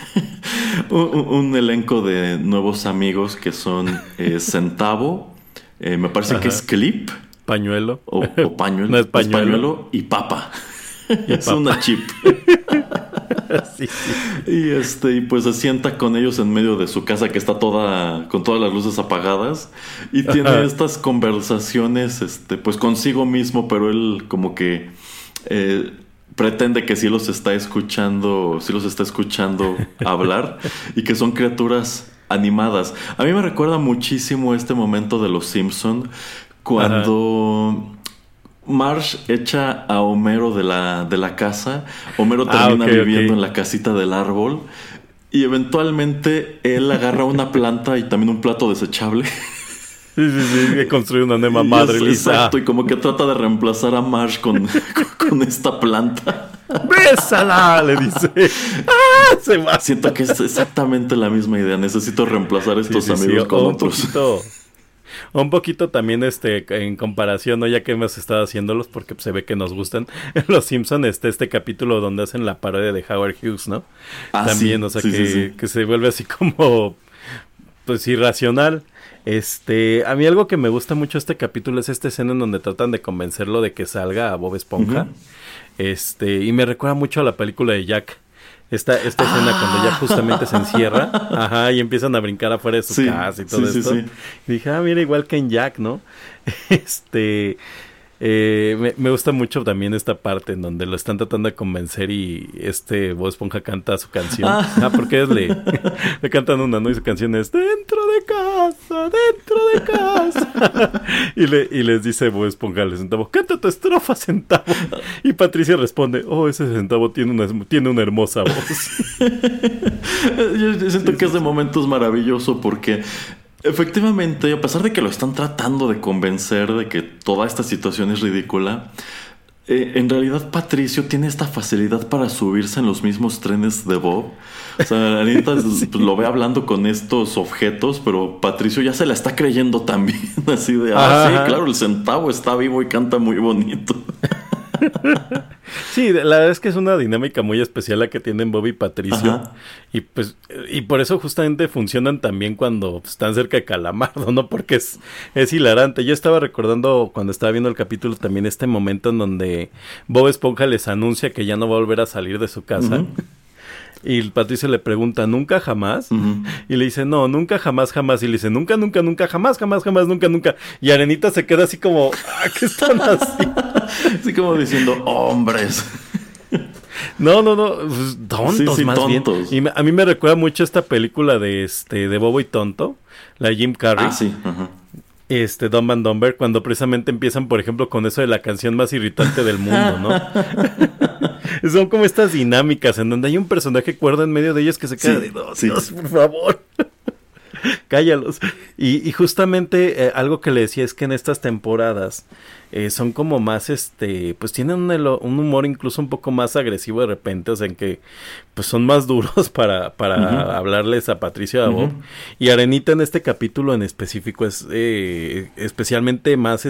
elenco de nuevos amigos que son Centavo, me parece que es Clip, Pañuelo o Pañuelo, no es Pañuelo y Papa. Es una chip. Sí. Y pues se sienta con ellos en medio de su casa, que está con todas las luces apagadas, y tiene estas conversaciones pues consigo mismo, pero él como que pretende que sí los está escuchando hablar, y que son criaturas animadas. A mí me recuerda muchísimo este momento de Los Simpson, cuando Marge echa a Homero de la casa. Homero termina viviendo en la casita del árbol, y eventualmente él agarra una planta y también un plato desechable. Sí, que construye una nueva madre, Lisa. Exacto, y como que trata de reemplazar a Marge con esta planta. ¡Bésala! Le dice. Se va. Siento que es exactamente la misma idea. Necesito reemplazar a estos amigos con otros. Un poquito también en comparación, ¿no? Ya que hemos estado haciéndolos, porque se ve que nos gustan Los Simpson, este capítulo donde hacen la parodia de Howard Hughes, ¿no? También, o sea, que se vuelve así como pues irracional. A mí algo que me gusta mucho de este capítulo es esta escena en donde tratan de convencerlo de que salga a Bob Esponja. Y me recuerda mucho a la película de Jack. Esta escena cuando ya justamente se encierra, y empiezan a brincar afuera de su casa y todo esto. Sí. Y dije, mira, igual que en Jack, ¿no? Me gusta mucho también esta parte en donde lo están tratando de convencer, y Bob Esponja canta su canción. Porque le cantan una, ¿no? Y su canción es dentro de casa. y les dice Bob Esponja al Centavo, canta tu estrofa, Centavo. Y Patricia responde, ese Centavo tiene una hermosa voz. Yo siento que ese momento es maravilloso, porque efectivamente, a pesar de que lo están tratando de convencer de que toda esta situación es ridícula, en realidad Patricio tiene esta facilidad para subirse en los mismos trenes de Bob. O sea, Anita sí, lo ve hablando con estos objetos, pero Patricio ya se la está creyendo también. Así de, sí, claro, el centavo está vivo y canta muy bonito. Sí, la verdad es que es una dinámica muy especial la que tienen Bob y Patricio. Ajá. Y pues, y por eso justamente funcionan también cuando están cerca de Calamardo, ¿no? Porque es hilarante. Yo estaba recordando cuando estaba viendo el capítulo también este momento en donde Bob Esponja les anuncia que ya no va a volver a salir de su casa. Uh-huh. Y Patricio le pregunta, ¿nunca jamás? Uh-huh. Y le dice, no, nunca jamás jamás. Y le dice, nunca, nunca, nunca, jamás, jamás, jamás, nunca, nunca. Y Arenita se queda así como, ¿qué están haciendo? Así como diciendo, hombres. No, pues, tontos, sí, más tontos. Bien. Y a mí me recuerda mucho esta película de Bobo y Tonto, la de Jim Carrey. Sí, ajá. Dumb and Dumber, cuando precisamente empiezan, por ejemplo, con eso de la canción más irritante del mundo, ¿no? Son como estas dinámicas en donde hay un personaje cuerdo en medio de ellos que se queda de, Dios, por favor. Cállalos. Y justamente algo que le decía es que en estas temporadas son como más, pues tienen un humor incluso un poco más agresivo de repente, o sea, en que pues son más duros para uh-huh. hablarles a Patricio y a Bob. Uh-huh. Y Arenita en este capítulo en específico es especialmente más,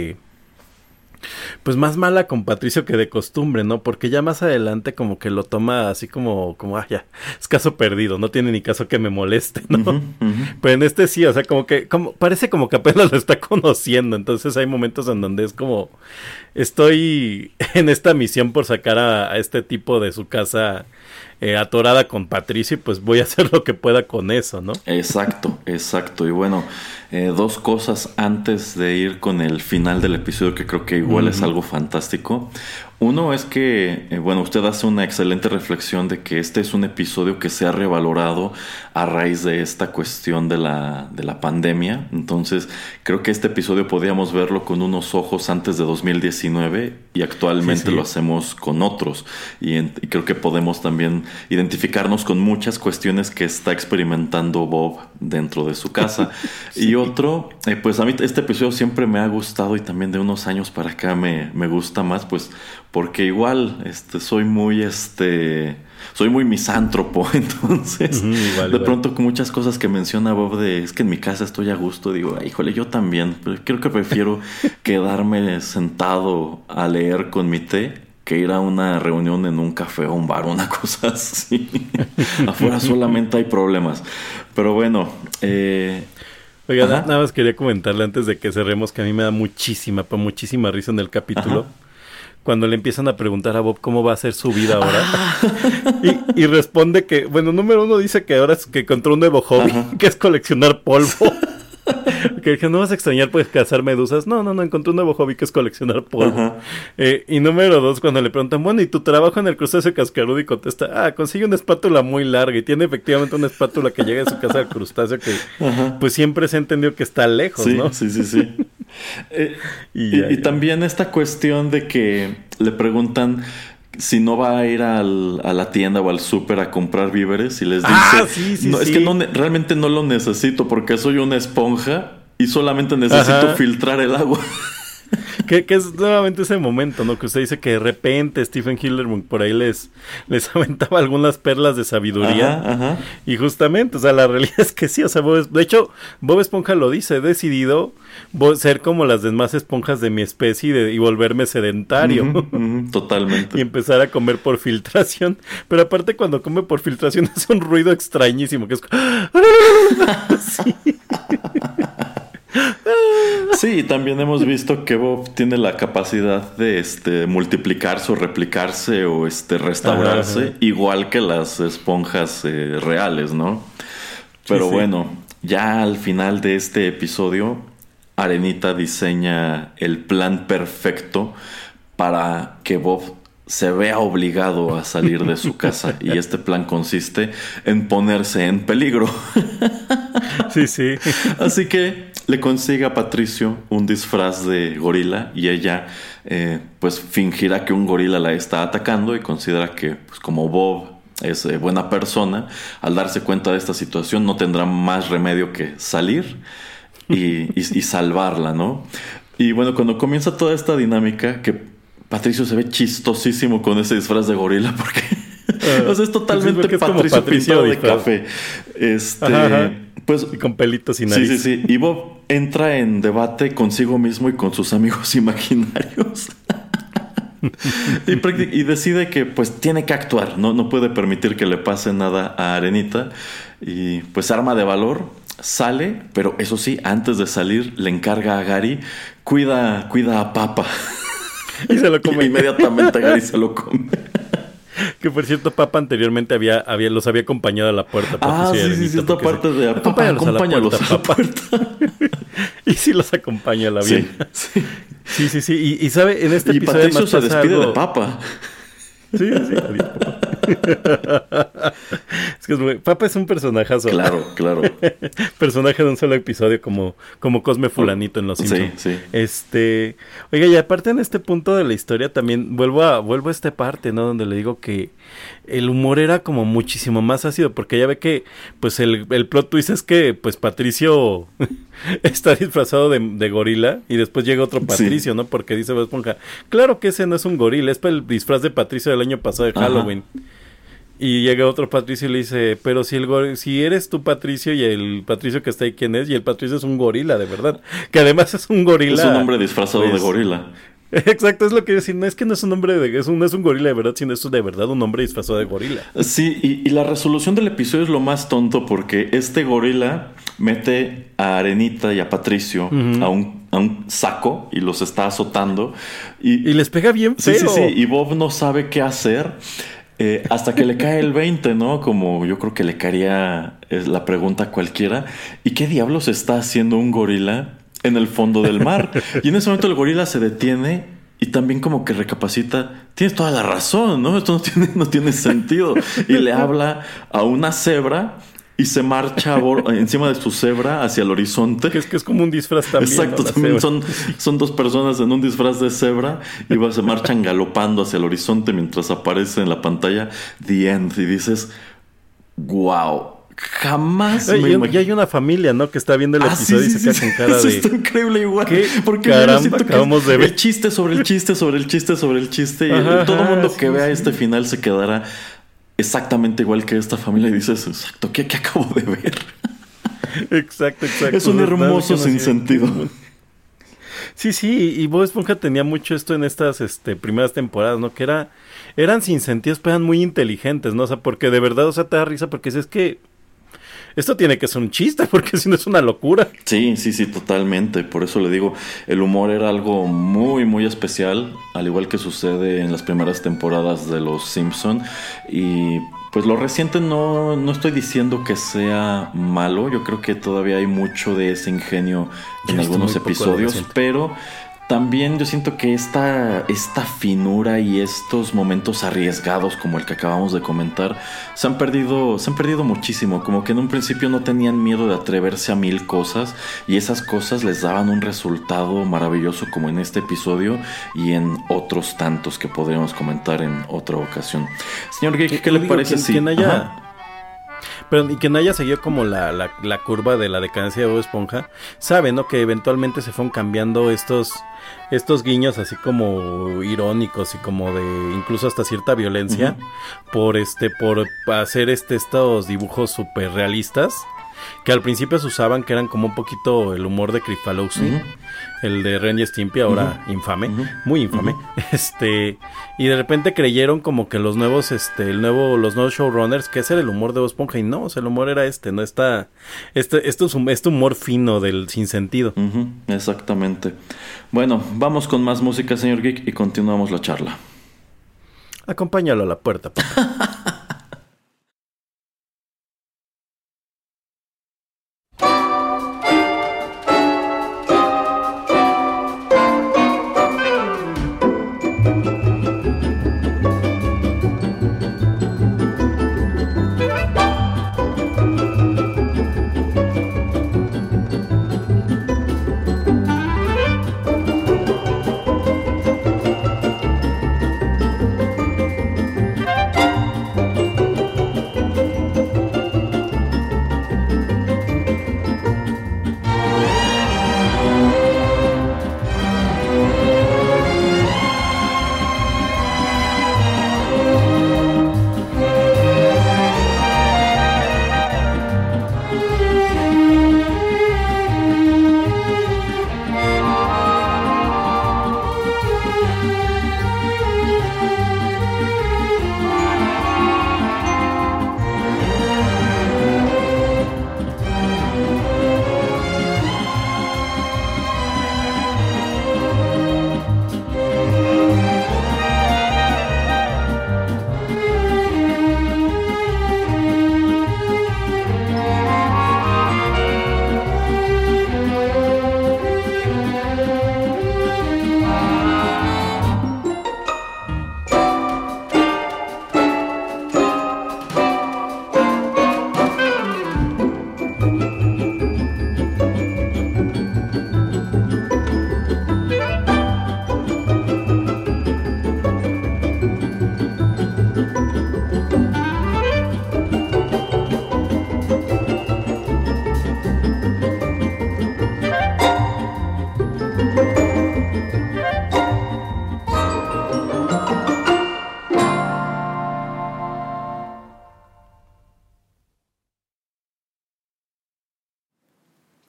pues más mala con Patricio que de costumbre, ¿no? Porque ya más adelante como que lo toma así como ya, es caso perdido, no tiene ni caso que me moleste, ¿no? Uh-huh, uh-huh. Pero en sí, o sea, parece como que apenas lo está conociendo, entonces hay momentos en donde es como, estoy en esta misión por sacar a este tipo de su casa atorada con Patricio y pues voy a hacer lo que pueda con eso, ¿no? Exacto. Y bueno, dos cosas antes de ir con el final del episodio que creo que igual uh-huh. es algo fantástico. Uno es que, usted hace una excelente reflexión de que este es un episodio que se ha revalorado a raíz de esta cuestión de la pandemia. Entonces, creo que este episodio podíamos verlo con unos ojos antes de 2019 y actualmente lo hacemos con otros. Y creo que podemos también identificarnos con muchas cuestiones que está experimentando Bob dentro de su casa. Y otro, pues a mí este episodio siempre me ha gustado y también de unos años para acá me gusta más, pues porque igual soy muy misántropo, entonces de pronto con muchas cosas que menciona Bob es que en mi casa estoy a gusto, digo, híjole, yo también, pero creo que prefiero quedarme sentado a leer con mi té que ir a una reunión en un café o un bar, una cosa así. Afuera solamente hay problemas. Pero bueno, oiga, nada más quería comentarle antes de que cerremos que a mí me da muchísima risa en el capítulo. Ajá. Cuando le empiezan a preguntar a Bob cómo va a ser su vida ahora. Y responde que, número uno dice que ahora es que encontró un nuevo hobby, que es coleccionar polvo. Que dije, ¿no vas a extrañar pues cazar medusas? No, encontré un nuevo hobby que es coleccionar polvo. Y número dos, cuando le preguntan, ¿y tu trabajo en el crustáceo cascarudo? Y contesta, consigue una espátula muy larga. Y tiene efectivamente una espátula que llega a su casa del crustáceo que pues siempre se ha entendido que está lejos, ¿no? Sí. Y también esta cuestión de que le preguntan si no va a ir a la tienda o al súper a comprar víveres y les dice, es que realmente no lo necesito porque soy una esponja y solamente necesito filtrar el agua. Que es nuevamente ese momento, ¿no? Que usted dice que de repente Stephen Hillenburg por ahí les aventaba algunas perlas de sabiduría. Y justamente, o sea, la realidad es que sí, o sea, de hecho, Bob Esponja lo dice, he decidido ser como las demás esponjas de mi especie y volverme sedentario. Totalmente. Y empezar a comer por filtración. Pero aparte cuando come por filtración es un ruido extrañísimo, que es... sí. Sí, también hemos visto que Bob tiene la capacidad de multiplicarse o replicarse o restaurarse, igual que las esponjas reales, ¿no? Pero bueno, ya al final de este episodio, Arenita diseña el plan perfecto para que Bob se vea obligado a salir de su casa. Y este plan consiste en ponerse en peligro. Sí. Así que le consigue a Patricio un disfraz de gorila y ella pues fingirá que un gorila la está atacando y considera que pues como Bob es buena persona, al darse cuenta de esta situación no tendrá más remedio que salir y salvarla, ¿no? Y bueno, cuando comienza toda esta dinámica, que Patricio se ve chistosísimo con ese disfraz de gorila porque o sea, es totalmente es Patricio pintado de disfraz. café. Ajá. Pues Y con pelitos y nariz. sí. Y Bob entra en debate consigo mismo y con sus amigos imaginarios. y decide que pues tiene que actuar, no puede permitir que le pase nada a Arenita. Y pues arma de valor, sale, pero eso sí, antes de salir le encarga a Gary, cuida a Papa. Y se lo come. Y inmediatamente Gary se lo come. Que por cierto, Papa anteriormente los había acompañado a la puerta. Patricio y Arenita, esta porque parte de Papa, acompáñalos a la puerta. Y sí los acompaña la Sí, bien. Sí. Y sabe, en este y episodio Patricio además se pasa despide algo... de Papa. Sí. Adiós, Papa. Es que Papa es un personajazo. Claro. Personaje de un solo episodio como Cosme Fulanito en Los Simpsons. Sí. Oiga, y aparte en este punto de la historia también vuelvo a esta parte, ¿no? Donde le digo que el humor era como muchísimo más ácido, porque ya ve que pues el plot twist es que pues Patricio está disfrazado de gorila y después llega otro Patricio, ¿no? Porque dice Bob Esponja, claro que ese no es un gorila, es el disfraz de Patricio del año pasado de Halloween. Y llega otro Patricio y le dice, pero si eres tú Patricio y el Patricio que está ahí, ¿quién es? Y el Patricio es un gorila, de verdad. Que además es un gorila. Es un hombre disfrazado de gorila. Exacto, es lo que yo decía. No es que no es un hombre no es un gorila de verdad, sino es de verdad un hombre disfrazado de gorila. Sí, y la resolución del episodio es lo más tonto porque este gorila mete a Arenita y a Patricio a un saco y los está azotando. Y les pega bien feo. Sí, y Bob no sabe qué hacer. Hasta que le cae el 20, ¿no? Como yo creo que le caería la pregunta a cualquiera. ¿Y qué diablos está haciendo un gorila en el fondo del mar? Y en ese momento el gorila se detiene y también como que recapacita. Tienes toda la razón, ¿no? Esto no tiene sentido. Y le habla a una cebra y se marcha encima de su cebra hacia el horizonte. Que es como un disfraz también. Exacto, ¿no? También son dos personas en un disfraz de cebra y se marchan galopando hacia el horizonte mientras aparece en la pantalla The End. Y dices, wow, jamás me imaginé. Y hay una familia, ¿no? Que está viendo el episodio y se queda con cara eso de... está increíble igual. Porque caramba, acabamos de ver. El chiste sobre el chiste sobre el chiste sobre el chiste. Y todo el mundo que vea este final se quedará exactamente igual que esta familia y dices, exacto, ¿qué acabo de ver? Exacto. Es un hermoso sinsentido. Sí, y Bob Esponja tenía mucho esto en estas primeras temporadas, ¿no? Que eran sinsentidos, pero eran muy inteligentes, ¿no? O sea, porque de verdad, o sea, te da risa porque es que esto tiene que ser un chiste, porque si no es una locura. Sí, totalmente. Por eso le digo, el humor era algo muy, muy especial, al igual que sucede en las primeras temporadas de Los Simpson. Y pues lo reciente no estoy diciendo que sea malo. Yo creo que todavía hay mucho de ese ingenio en algunos episodios, pero también yo siento que esta finura y estos momentos arriesgados como el que acabamos de comentar se han perdido muchísimo. Como que en un principio no tenían miedo de atreverse a 1000 cosas y esas cosas les daban un resultado maravilloso, como en este episodio y en otros tantos que podríamos comentar en otra ocasión. Señor Geek, ¿qué le parece si Pero y quien haya seguido como la curva de la decadencia de Bob Esponja sabe, ¿no? Que eventualmente se fueron cambiando estos guiños así como irónicos y como de incluso hasta cierta violencia por hacer estos dibujos súper realistas que al principio se usaban, que eran como un poquito el humor de Krifalowski, el de Ren y Stimpy, ahora infame, muy infame. Y de repente creyeron como que los nuevos showrunners que ese era el humor de Bob Esponja, y no, o sea, el humor era no está este humor fino del sinsentido. Exactamente. Bueno, vamos con más música, señor Geek, y continuamos la charla. Acompáñalo a la puerta, papá.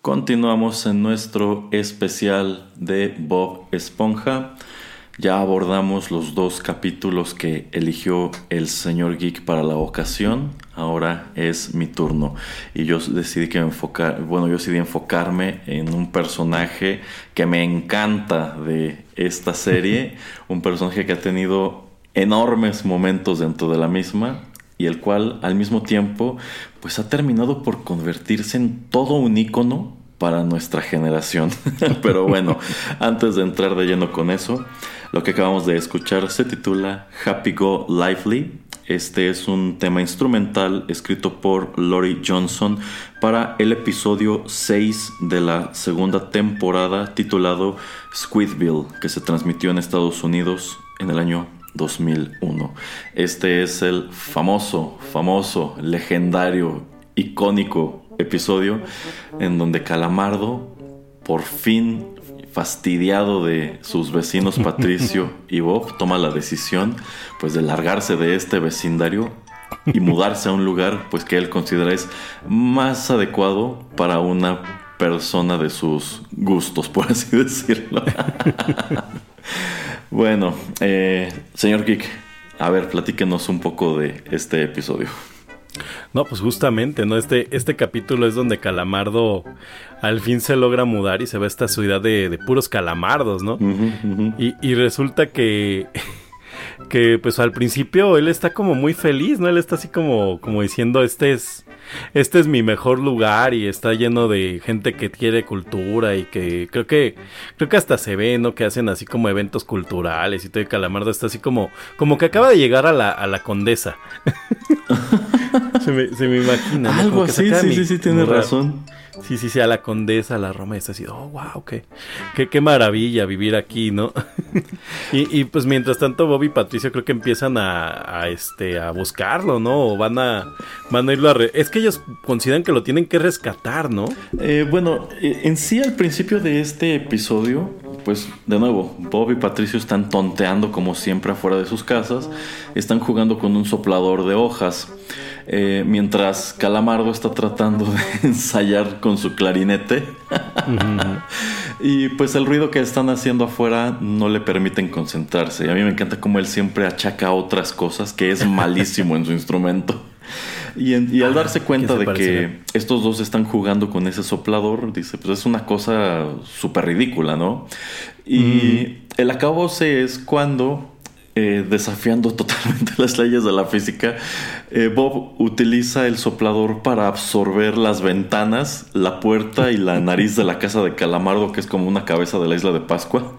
Continuamos en nuestro especial de Bob Esponja. Ya abordamos los 2 capítulos que eligió el señor Geek para la ocasión. Ahora es mi turno. Y yo decidí enfocarme en un personaje que me encanta de esta serie. Un personaje que ha tenido enormes momentos dentro de la misma. Y el cual al mismo tiempo pues ha terminado por convertirse en todo un ícono para nuestra generación. Pero bueno, antes de entrar de lleno con eso, lo que acabamos de escuchar se titula Happy Go Lively. Este es un tema instrumental escrito por Laurie Johnson para el episodio 6 de la segunda temporada, titulado Squidville, que se transmitió en Estados Unidos en el año 2001. Este es el famoso, legendario, icónico episodio en donde Calamardo, por fin fastidiado de sus vecinos Patricio y Bob, toma la decisión pues de largarse de este vecindario y mudarse a un lugar pues que él considera es más adecuado para una persona de sus gustos, por así decirlo. Bueno, señor Geek, a ver, platíquenos un poco de este episodio. No, pues justamente, ¿no? Este capítulo es donde Calamardo al fin se logra mudar y se va a esta ciudad de puros calamardos, ¿no? Y resulta que pues al principio él está como muy feliz, ¿no? Él está así como diciendo, este es mi mejor lugar y está lleno de gente que quiere cultura y que creo que hasta se ve, ¿no? Que hacen así como eventos culturales y todo. Y Calamardo está así como que acaba de llegar a la Condesa. se me imagina, ¿no? Algo así, sí, tienes razón. Sí, a la Condesa, a la Roma, y está así, oh, wow, qué maravilla vivir aquí, ¿no? y pues mientras tanto Bob y Patricio creo que empiezan a buscarlo, ¿no? O van a irlo es que ellos consideran que lo tienen que rescatar, ¿no? Bueno, en sí al principio de este episodio, pues de nuevo, Bob y Patricio están tonteando como siempre afuera de sus casas, están jugando con un soplador de hojas. Mientras Calamardo está tratando de ensayar con su clarinete. Y pues el ruido que están haciendo afuera no le permiten concentrarse. Y a mí me encanta cómo él siempre achaca otras cosas, que es malísimo en su instrumento. Y al darse cuenta de que estos dos están jugando con ese soplador, dice, pues es una cosa súper ridícula, ¿no? Y el acabose es cuando, desafiando totalmente las leyes de la física, Bob utiliza el soplador para absorber las ventanas, la puerta y la nariz de la casa de Calamardo, que es como una cabeza de la isla de Pascua.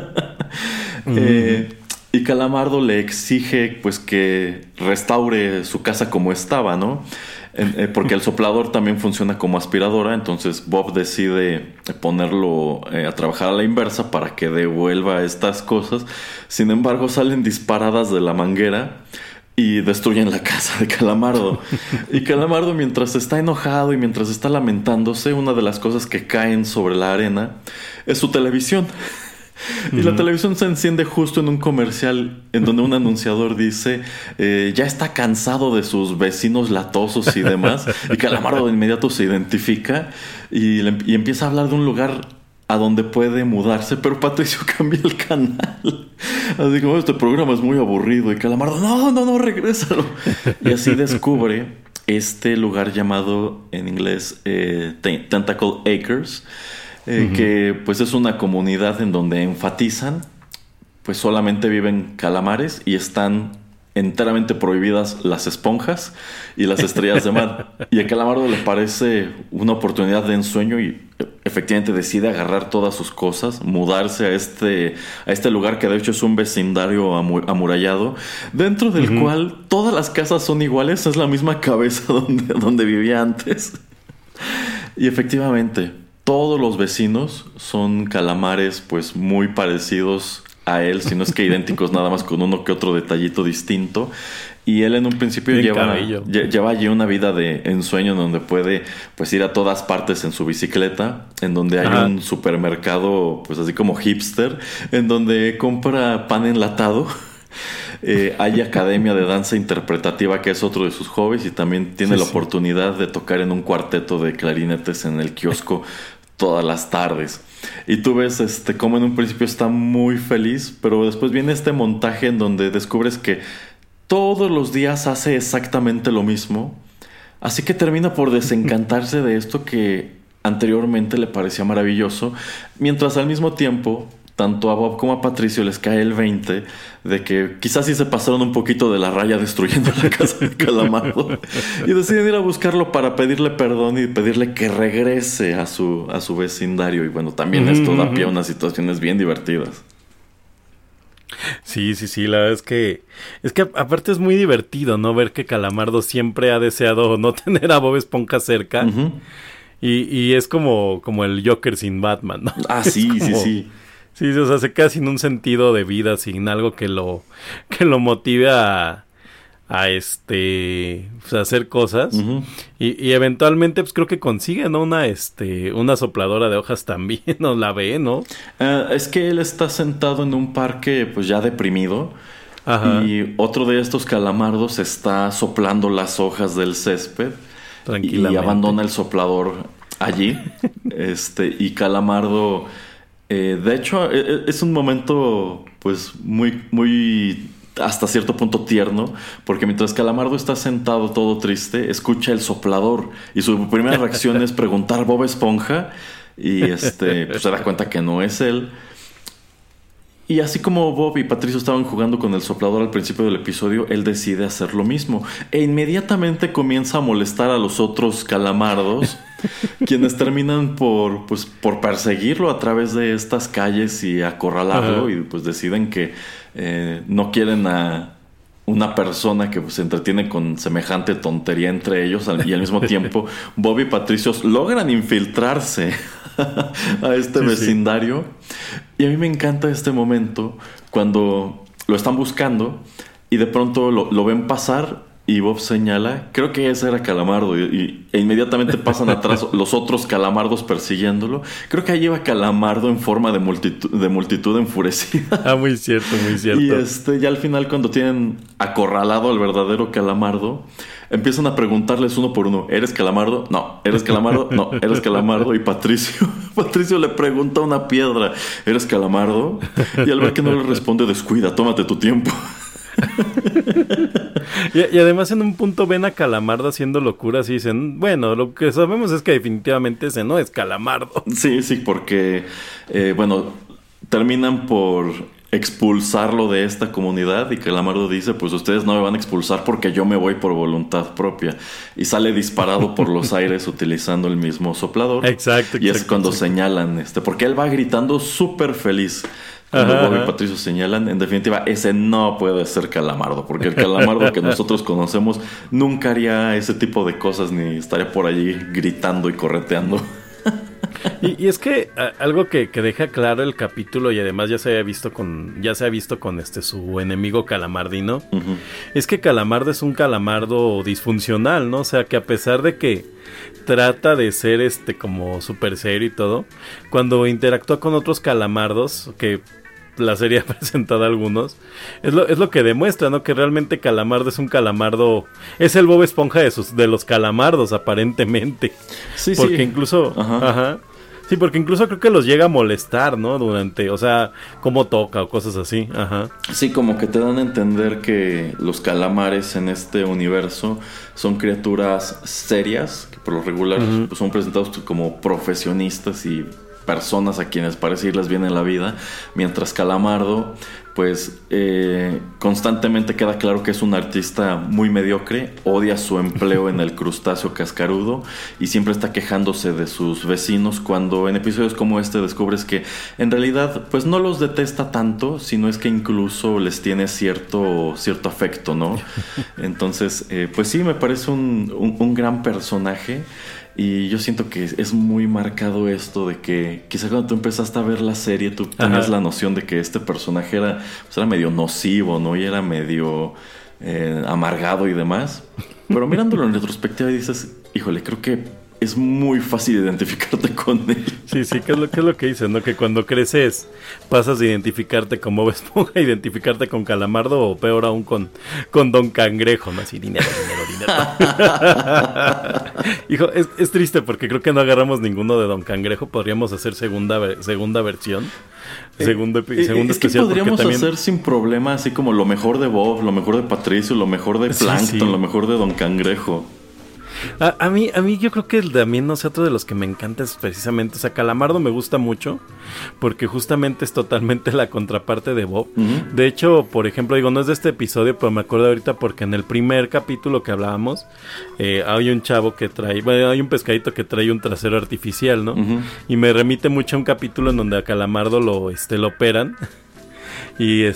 Y Calamardo le exige pues que restaure su casa como estaba, ¿no? Porque el soplador también funciona como aspiradora. Entonces Bob decide ponerlo a trabajar a la inversa para que devuelva estas cosas. Sin embargo, salen disparadas de la manguera y destruyen la casa de Calamardo. Y Calamardo, mientras está enojado y mientras está lamentándose, una de las cosas que caen sobre la arena es su televisión. Y la televisión se enciende justo en un comercial en donde un anunciador dice ya está cansado de sus vecinos latosos y demás. Y Calamardo de inmediato se identifica y empieza a hablar de un lugar a donde puede mudarse, pero Patricio cambia el canal. Así como, este programa es muy aburrido. Y Calamardo, no, regrésalo. Y así descubre este lugar llamado en inglés Tentacle Acres, que pues es una comunidad en donde enfatizan pues solamente viven calamares y están enteramente prohibidas las esponjas y las estrellas de mar. Y a Calamardo le parece una oportunidad de ensueño y efectivamente decide agarrar todas sus cosas, mudarse a este lugar que de hecho es un vecindario amurallado, dentro del cual todas las casas son iguales, es la misma cabeza donde vivía antes. Y efectivamente todos los vecinos son calamares pues muy parecidos a él, si no es que idénticos, nada más con uno que otro detallito distinto. Y él en un principio lleva allí una vida de ensueño en donde puede pues ir a todas partes en su bicicleta, en donde hay un supermercado pues así como hipster, en donde compra pan enlatado. Hay academia de danza interpretativa, que es otro de sus hobbies, y también tiene Sí, la sí. oportunidad de tocar en un cuarteto de clarinetes en el kiosco todas las tardes. Y tú ves como en un principio está muy feliz, pero después viene este montaje en donde descubres que todos los días hace exactamente lo mismo. Así que termina por desencantarse de esto que anteriormente le parecía maravilloso, mientras al mismo tiempo tanto a Bob como a Patricio les cae el 20 de que quizás sí se pasaron un poquito de la raya destruyendo la casa de Calamardo, y deciden ir a buscarlo para pedirle perdón y pedirle que regrese a su vecindario. Y bueno, también esto da pie a unas situaciones bien divertidas. Sí, la verdad es que aparte es muy divertido, ¿no? Ver que Calamardo siempre ha deseado no tener a Bob Esponja cerca. Uh-huh. Y es como el Joker sin Batman, ¿no? Ah, Es sí, como- sí. Sí, o sea, se queda sin un sentido de vida, sin algo que lo motive a hacer cosas. Uh-huh. Y eventualmente pues creo que consigue, ¿no? Una sopladora de hojas también, ¿no? La ve, ¿no? Es que él está sentado en un parque pues ya deprimido. Ajá. Y otro de estos calamardos está soplando las hojas del césped y Tranquilamente. abandona el soplador allí. Y Calamardo, de hecho, es un momento pues muy hasta cierto punto tierno, porque mientras Calamardo está sentado todo triste, escucha el soplador y su primera reacción es preguntar Bob Esponja, y pues se da cuenta que no es él. Y así como Bob y Patricio estaban jugando con el soplador al principio del episodio, él decide hacer lo mismo. E inmediatamente comienza a molestar a los otros calamardos, quienes terminan por perseguirlo a través de estas calles y acorralarlo. Ajá. Y pues deciden que no quieren a una persona que se entretiene con semejante tontería entre ellos, y al mismo tiempo Bob y Patricio logran infiltrarse a este vecindario. Y a mí me encanta este momento cuando lo están buscando y de pronto lo ven pasar y Bob señala, creo que ese era Calamardo, e inmediatamente pasan atrás los otros calamardos persiguiéndolo. Creo que ahí iba Calamardo en forma de multitud enfurecida. Ah, muy cierto. Y ya al final, cuando tienen acorralado al verdadero Calamardo, empiezan a preguntarles uno por uno: ¿eres Calamardo? No. ¿Eres Calamardo? No. ¿Eres Calamardo? Y Patricio le pregunta a una piedra: ¿eres Calamardo? Y al ver que no le responde, descuida, tómate tu tiempo. Y además en un punto ven a Calamardo haciendo locuras y dicen, bueno, lo que sabemos es que definitivamente ese no es Calamardo. Sí, porque terminan por expulsarlo de esta comunidad, y Calamardo dice: pues ustedes no me van a expulsar porque yo me voy por voluntad propia, y sale disparado por los aires utilizando el mismo soplador. Exacto. Y es cuando señalan porque él va gritando súper feliz. Cuando Bob y Patricio señalan, en definitiva, ese no puede ser Calamardo, porque el Calamardo que nosotros conocemos nunca haría ese tipo de cosas, ni estaría por allí gritando y correteando. Y es que algo que deja claro el capítulo, y además ya se ha visto con su enemigo Calamardino, Uh-huh. es que Calamardo es un Calamardo disfuncional, ¿no? O sea, que a pesar de que trata de ser como súper serio y todo, cuando interactúa con otros calamardos, que la serie ha presentado a algunos, es lo que demuestra, ¿no? Que realmente Calamardo es un calamardo, es el Bob Esponja de los calamardos, aparentemente. Sí, Porque sí. incluso, Ajá. sí, porque incluso creo que los llega a molestar, ¿no? O sea, cómo toca o cosas así. Ajá. Sí, como que te dan a entender que los calamares en este universo son criaturas serias, que por lo regular pues, son presentados como profesionistas y personas a quienes parece irles bien en la vida, mientras Calamardo pues constantemente queda claro que es un artista muy mediocre, odia su empleo en el crustáceo cascarudo y siempre está quejándose de sus vecinos, cuando en episodios como este descubres que en realidad pues no los detesta tanto, sino es que incluso les tiene cierto afecto, ¿no? Entonces pues sí, me parece un gran personaje. Y yo siento que es muy marcado esto de que quizá cuando tú empezaste a ver la serie tú tenías la noción de que este personaje era medio nocivo, ¿no? Y era medio amargado y demás. Pero mirándolo en retrospectiva dices, híjole, creo que es muy fácil identificarte con él. Sí, ¿qué es lo que dicen, no? Que cuando creces pasas de identificarte con Bob Esponja a identificarte con Calamardo o peor aún con Don Cangrejo, ¿no? Así, dinero. Hijo, es triste porque creo que no agarramos ninguno de Don Cangrejo. Podríamos hacer segunda versión. Segundo es especial. Que podríamos también... hacer sin problema así como lo mejor de Bob, lo mejor de Patricio, lo mejor de Plankton, sí. Lo mejor de Don Cangrejo. A mí yo creo que también, no sé, otro de los que me encanta es precisamente, o sea, Calamardo me gusta mucho porque justamente es totalmente la contraparte de Bob. Uh-huh. De hecho, por ejemplo, digo, no es de este episodio, pero me acuerdo ahorita porque en el primer capítulo que hablábamos, hay un chavo que trae, bueno, hay un pescadito que trae un trasero artificial, ¿no? Uh-huh. Y me remite mucho a un capítulo en donde a Calamardo lo operan. Y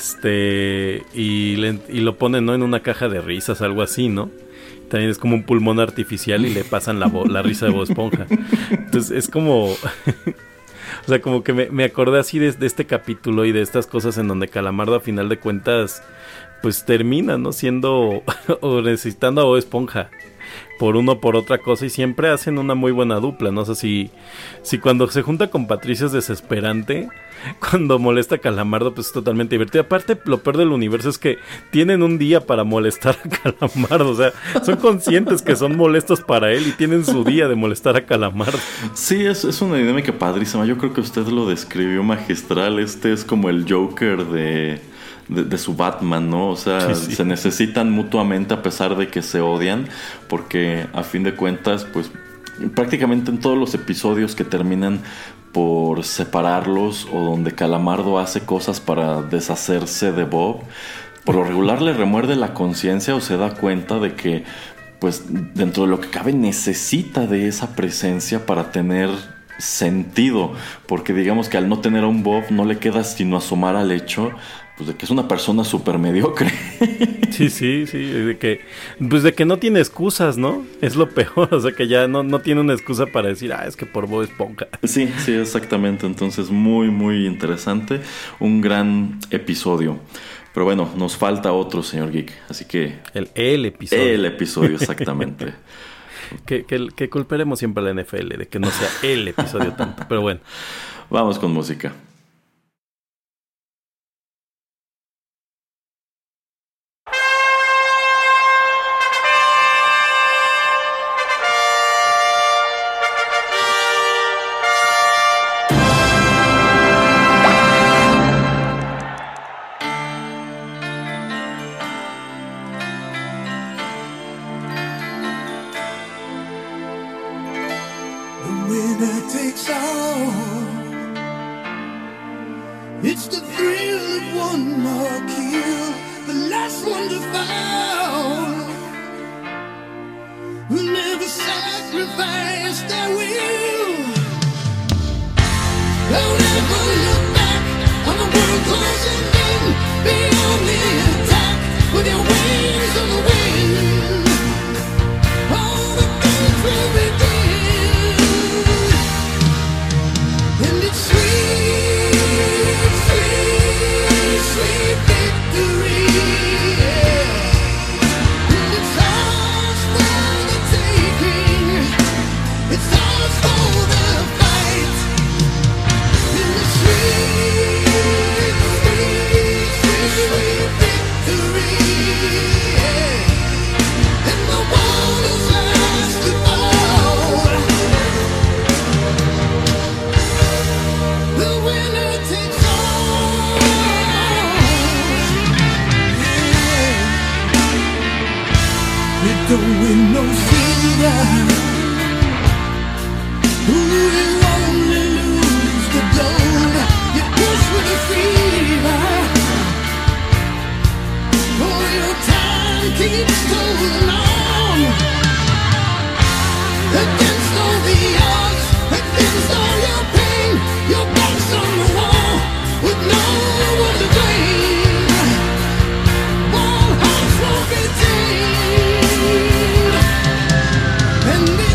lo ponen, ¿no? En una caja de risas, algo así, ¿no? También es como un pulmón artificial y le pasan la risa de Bob Esponja. Entonces es como... o sea, como que me acordé así de este capítulo y de estas cosas en donde Calamardo a final de cuentas pues termina, ¿no? Siendo o necesitando a Bob Esponja por uno o por otra cosa, y siempre hacen una muy buena dupla, ¿no? O sea, si cuando se junta con Patricio es desesperante, cuando molesta a Calamardo pues es totalmente divertido. Aparte, lo peor del universo es que tienen un día para molestar a Calamardo, o sea, son conscientes que son molestos para él y tienen su día de molestar a Calamardo. Sí, es una dinámica padrísima. Yo creo que usted lo describió magistral. Este es como el Joker de su Batman, ¿no? O sea, sí. Se necesitan mutuamente a pesar de que se odian, porque a fin de cuentas, pues prácticamente en todos los episodios que terminan por separarlos o donde Calamardo hace cosas para deshacerse de Bob, por lo regular le remuerde la conciencia o se da cuenta de que, pues dentro de lo que cabe, necesita de esa presencia para tener sentido, porque digamos que al no tener a un Bob no le queda sino asomar al hecho pues de que es una persona súper mediocre. Sí, de que no tiene excusas, ¿no? Es lo peor, o sea que ya no tiene una excusa para decir, es que por Bob Esponja. Sí, exactamente, entonces muy, muy interesante, un gran episodio. Pero bueno, nos falta otro, señor Geek, así que... El episodio. El episodio, exactamente. que culparemos siempre a la NFL de que no sea el episodio tanto, pero bueno. Vamos con música. And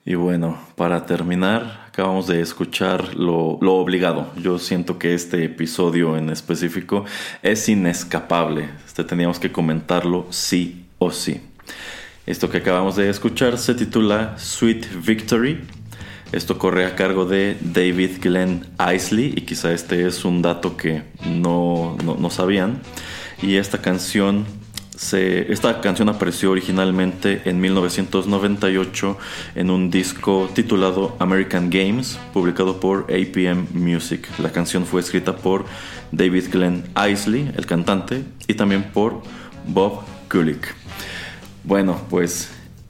Y bueno, para terminar, acabamos de escuchar lo obligado. Yo siento que este episodio en específico es inescapable. Teníamos que comentarlo sí o sí. Esto que acabamos de escuchar se titula Sweet Victory. Esto corre a cargo de David Glenn Eisley, y quizá este es un dato que no sabían. Y esta canción apareció originalmente en 1998 en un disco titulado American Games, publicado por APM Music. La canción fue escrita por David Glenn Eisley, el cantante, y también por Bob Kulick. Bueno, pues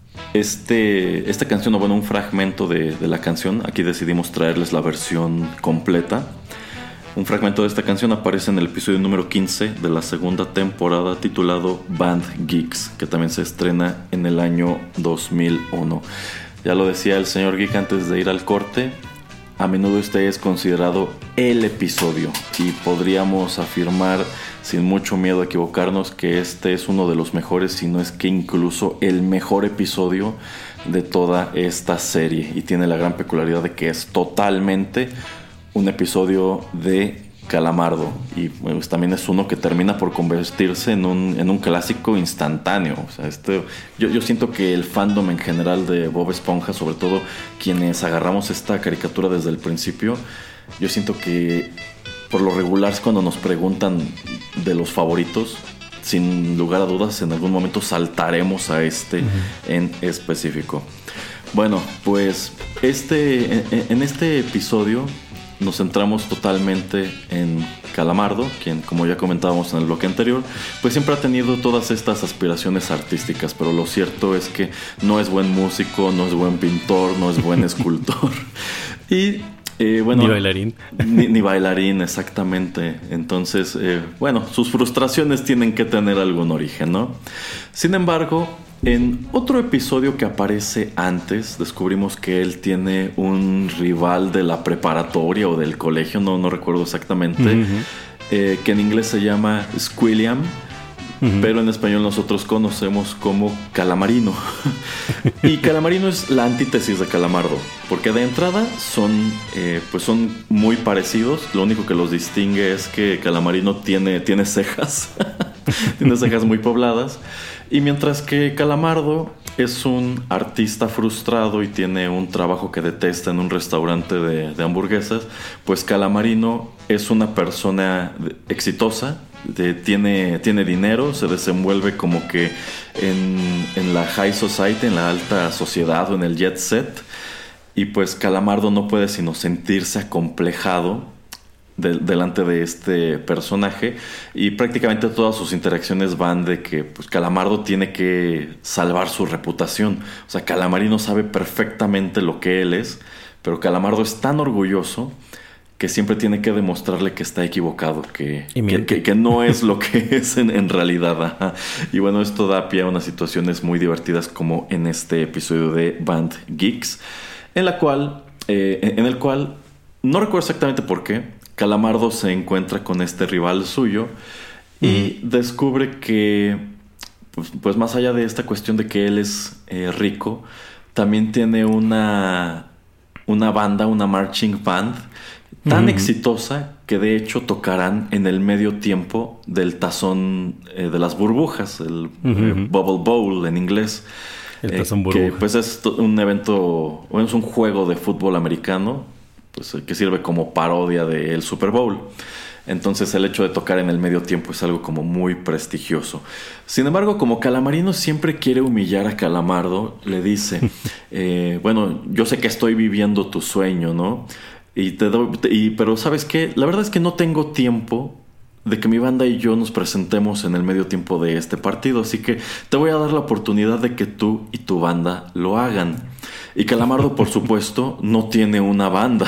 esta canción, un fragmento de la canción, aquí decidimos traerles la versión completa. Un fragmento de esta canción aparece en el episodio número 15 de la segunda temporada, titulado Band Geeks, que también se estrena en el año 2001. Ya lo decía el señor Geek antes de ir al corte, a menudo este es considerado el episodio, y podríamos afirmar sin mucho miedo a equivocarnos que este es uno de los mejores, si no es que incluso el mejor episodio de toda esta serie, y tiene la gran peculiaridad de que es totalmente un episodio de Calamardo, y pues también es uno que termina por convertirse en un clásico instantáneo. O sea, yo siento que el fandom en general de Bob Esponja, sobre todo quienes agarramos esta caricatura desde el principio, yo siento que por lo regular cuando nos preguntan de los favoritos, sin lugar a dudas en algún momento saltaremos a en específico. Bueno, pues en este episodio nos centramos totalmente en Calamardo, quien, como ya comentábamos en el bloque anterior, pues siempre ha tenido todas estas aspiraciones artísticas, pero lo cierto es que no es buen músico, no es buen pintor, no es buen escultor. Y ni bailarín. Ni bailarín, exactamente. Entonces, sus frustraciones tienen que tener algún origen, ¿no? Sin embargo, en otro episodio que aparece antes, descubrimos que él tiene un rival de la preparatoria o del colegio, no recuerdo exactamente, que en inglés se llama Squilliam, pero en español nosotros conocemos como Calamarino. Y Calamarino es la antítesis de Calamardo, porque de entrada son muy parecidos. Lo único que los distingue es que Calamarino tiene cejas, tiene cejas muy pobladas. Y mientras que Calamardo es un artista frustrado y tiene un trabajo que detesta en un restaurante de hamburguesas, pues Calamarino es una persona exitosa, tiene dinero, se desenvuelve como que en la high society, en la alta sociedad o en el jet set. Y pues Calamardo no puede sino sentirse acomplejado delante de este personaje, y prácticamente todas sus interacciones van de que pues Calamardo tiene que salvar su reputación. O sea, Calamarino sabe perfectamente lo que él es, pero Calamardo es tan orgulloso que siempre tiene que demostrarle que está equivocado, que no es lo que es en realidad. Ajá. Y bueno, esto da pie a unas situaciones muy divertidas, como en este episodio de Band Geeks, en el cual no recuerdo exactamente por qué Calamardo se encuentra con este rival suyo y descubre que pues más allá de esta cuestión de que él es rico, también tiene una banda, una marching band tan exitosa que de hecho tocarán en el medio tiempo del tazón de las burbujas, el Bubble Bowl en inglés. El tazón burbuja. Que pues es un evento, o es un juego de fútbol americano, pues que sirve como parodia del Super Bowl. Entonces el hecho de tocar en el medio tiempo es algo como muy prestigioso. Sin embargo, como Calamarino siempre quiere humillar a Calamardo, le dice, yo sé que estoy viviendo tu sueño, ¿no? Pero ¿sabes qué? La verdad es que no tengo tiempo de que mi banda y yo nos presentemos en el medio tiempo de este partido, así que te voy a dar la oportunidad de que tú y tu banda lo hagan. Y Calamardo, por supuesto, no tiene una banda.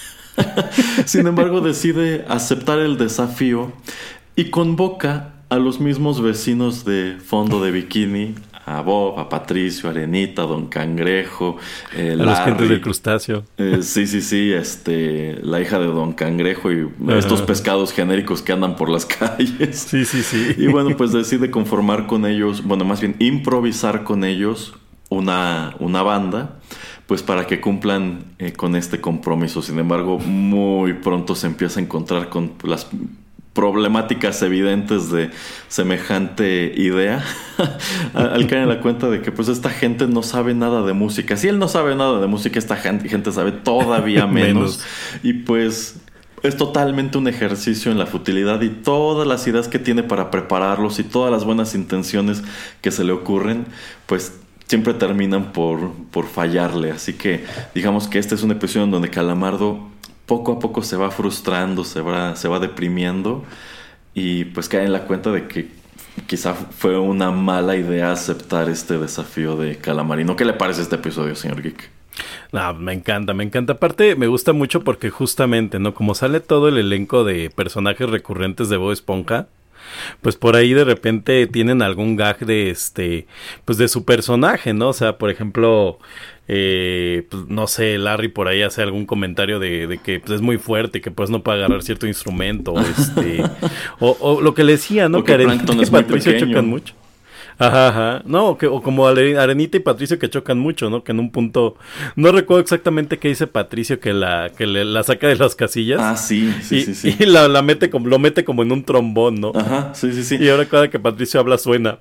Sin embargo, decide aceptar el desafío y convoca a los mismos vecinos de Fondo de Bikini, a Bob, a Patricio, a Arenita, a Don Cangrejo, a los gentes del crustáceo. Sí, la hija de Don Cangrejo y estos pescados genéricos que andan por las calles. Sí. Y bueno, pues decide conformar con ellos, más bien improvisar con ellos una banda, pues para que cumplan con este compromiso. Sin embargo, muy pronto se empieza a encontrar con las problemáticas evidentes de semejante idea al caer en la cuenta de que pues esta gente no sabe nada de música. Si él no sabe nada de música, esta gente sabe todavía menos. Y pues es totalmente un ejercicio en la futilidad, y todas las ideas que tiene para prepararlos y todas las buenas intenciones que se le ocurren, pues siempre terminan por fallarle. Así que digamos que este es un episodio en donde Calamardo poco a poco se va frustrando, se va deprimiendo, y pues cae en la cuenta de que quizá fue una mala idea aceptar este desafío de Calamarino. ¿Qué le parece este episodio, señor Geek? No, me encanta. Aparte, me gusta mucho porque justamente, ¿no? Como sale todo el elenco de personajes recurrentes de Bob Esponja, pues por ahí de repente tienen algún gag de pues de su personaje, ¿no? O sea, por ejemplo, pues no sé, Larry por ahí hace algún comentario de que pues, es muy fuerte y que pues no puede agarrar cierto instrumento, o lo que le decía, ¿no? Que Arenita y Patricio chocan mucho. Ajá. No, o como Arenita y Patricio que chocan mucho, ¿no? Que en un punto, no recuerdo exactamente qué dice Patricio, que la saca de las casillas. Ah, sí. Y lo mete como en un trombón, ¿no? Ajá, sí. Y ahora cada que Patricio habla suena.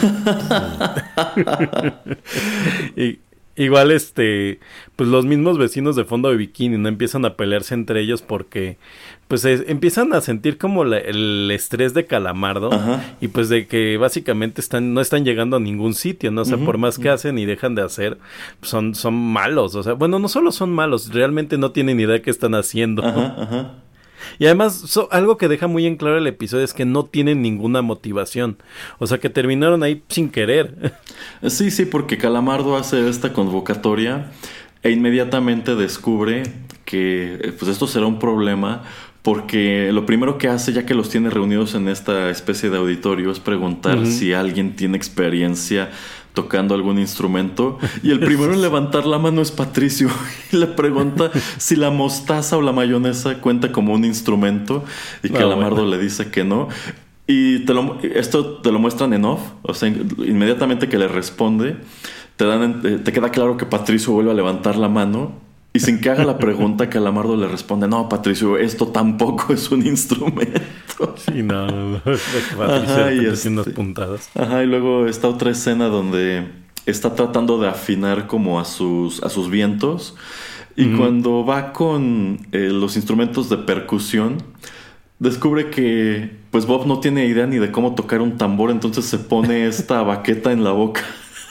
Igual pues los mismos vecinos de Fondo de Bikini no empiezan a pelearse entre ellos porque pues empiezan a sentir como el estrés de Calamardo. Ajá. Y pues de que básicamente no están llegando a ningún sitio, ¿no? O sea, por más que hacen y dejan de hacer, pues son malos. O sea, bueno, no solo son malos, realmente no tienen idea de qué están haciendo. Ajá. Y además, algo que deja muy en claro el episodio es que no tienen ninguna motivación. O sea, que terminaron ahí sin querer. Sí, porque Calamardo hace esta convocatoria e inmediatamente descubre que pues esto será un problema, porque lo primero que hace, ya que los tiene reunidos en esta especie de auditorio, es preguntar si alguien tiene experiencia tocando algún instrumento, y el primero en levantar la mano es Patricio y le pregunta si la mostaza o la mayonesa cuenta como un instrumento, y Calamardo le dice que no. Y esto te lo muestran en off, o sea, inmediatamente que le responde te queda claro que Patricio vuelve a levantar la mano, y sin que haga la pregunta, Calamardo le responde: no, Patricio, esto tampoco es un instrumento. Sí, no. Patricio haciendo unas puntadas. Ajá, y luego está otra escena donde está tratando de afinar como a sus vientos, y cuando va con los instrumentos de percusión, descubre que pues Bob no tiene idea ni de cómo tocar un tambor, entonces se pone esta baqueta en la boca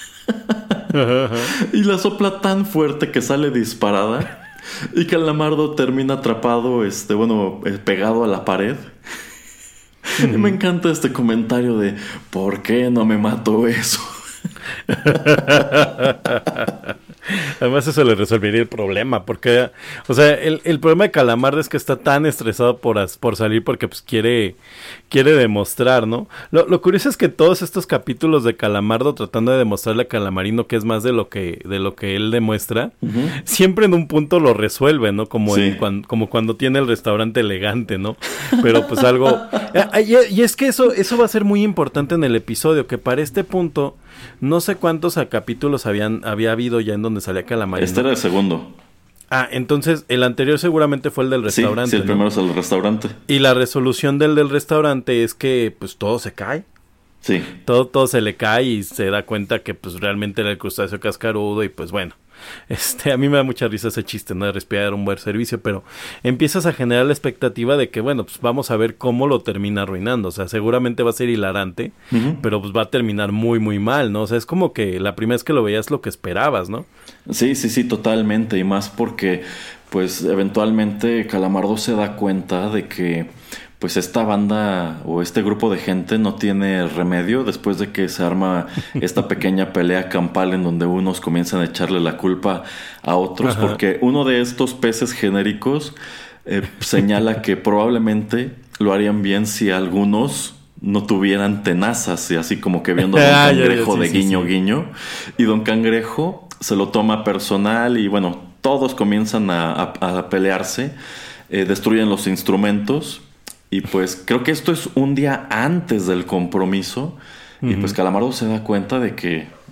y la sopla tan fuerte que sale disparada, y Calamardo termina atrapado, pegado a la pared. Y me encanta este comentario de ¿por qué no me mató eso? Además eso le resolvería el problema, porque, o sea, el problema de Calamardo es que está tan estresado por salir porque pues quiere demostrar, ¿no? Lo curioso es que todos estos capítulos de Calamardo tratando de demostrarle a Calamarino que es más de lo que él demuestra, siempre en un punto lo resuelve, ¿no? Como cuando tiene el restaurante elegante, ¿no? Pero pues algo... Y es que eso va a ser muy importante en el episodio, que para este punto no sé cuántos capítulos había habido ya en donde salía Calamarino. Este era el segundo. Ah, entonces el anterior seguramente fue el del restaurante. Sí, el primero es el restaurante. Y la resolución del restaurante es que pues todo se cae. Sí. Todo se le cae y se da cuenta que pues realmente era el crustáceo cascarudo, y pues bueno. A mí me da mucha risa ese chiste, ¿no? De respirar un buen servicio, pero empiezas a generar la expectativa de que, bueno, pues vamos a ver cómo lo termina arruinando. O sea, seguramente va a ser hilarante, pero pues va a terminar muy, muy mal, ¿no? O sea, es como que la primera vez que lo veías lo que esperabas, ¿no? Sí, totalmente. Y más porque, pues, eventualmente Calamardo se da cuenta de que pues esta banda o este grupo de gente no tiene remedio después de que se arma esta pequeña pelea campal en donde unos comienzan a echarle la culpa a otros. Ajá. Porque uno de estos peces genéricos señala que probablemente lo harían bien si algunos no tuvieran tenazas, y así como que viendo a Don Cangrejo de guiño, guiño, y Don Cangrejo se lo toma personal y bueno, todos comienzan a pelearse, destruyen los instrumentos. Y pues creo que esto es un día antes del compromiso. Y pues Calamardo se da cuenta de que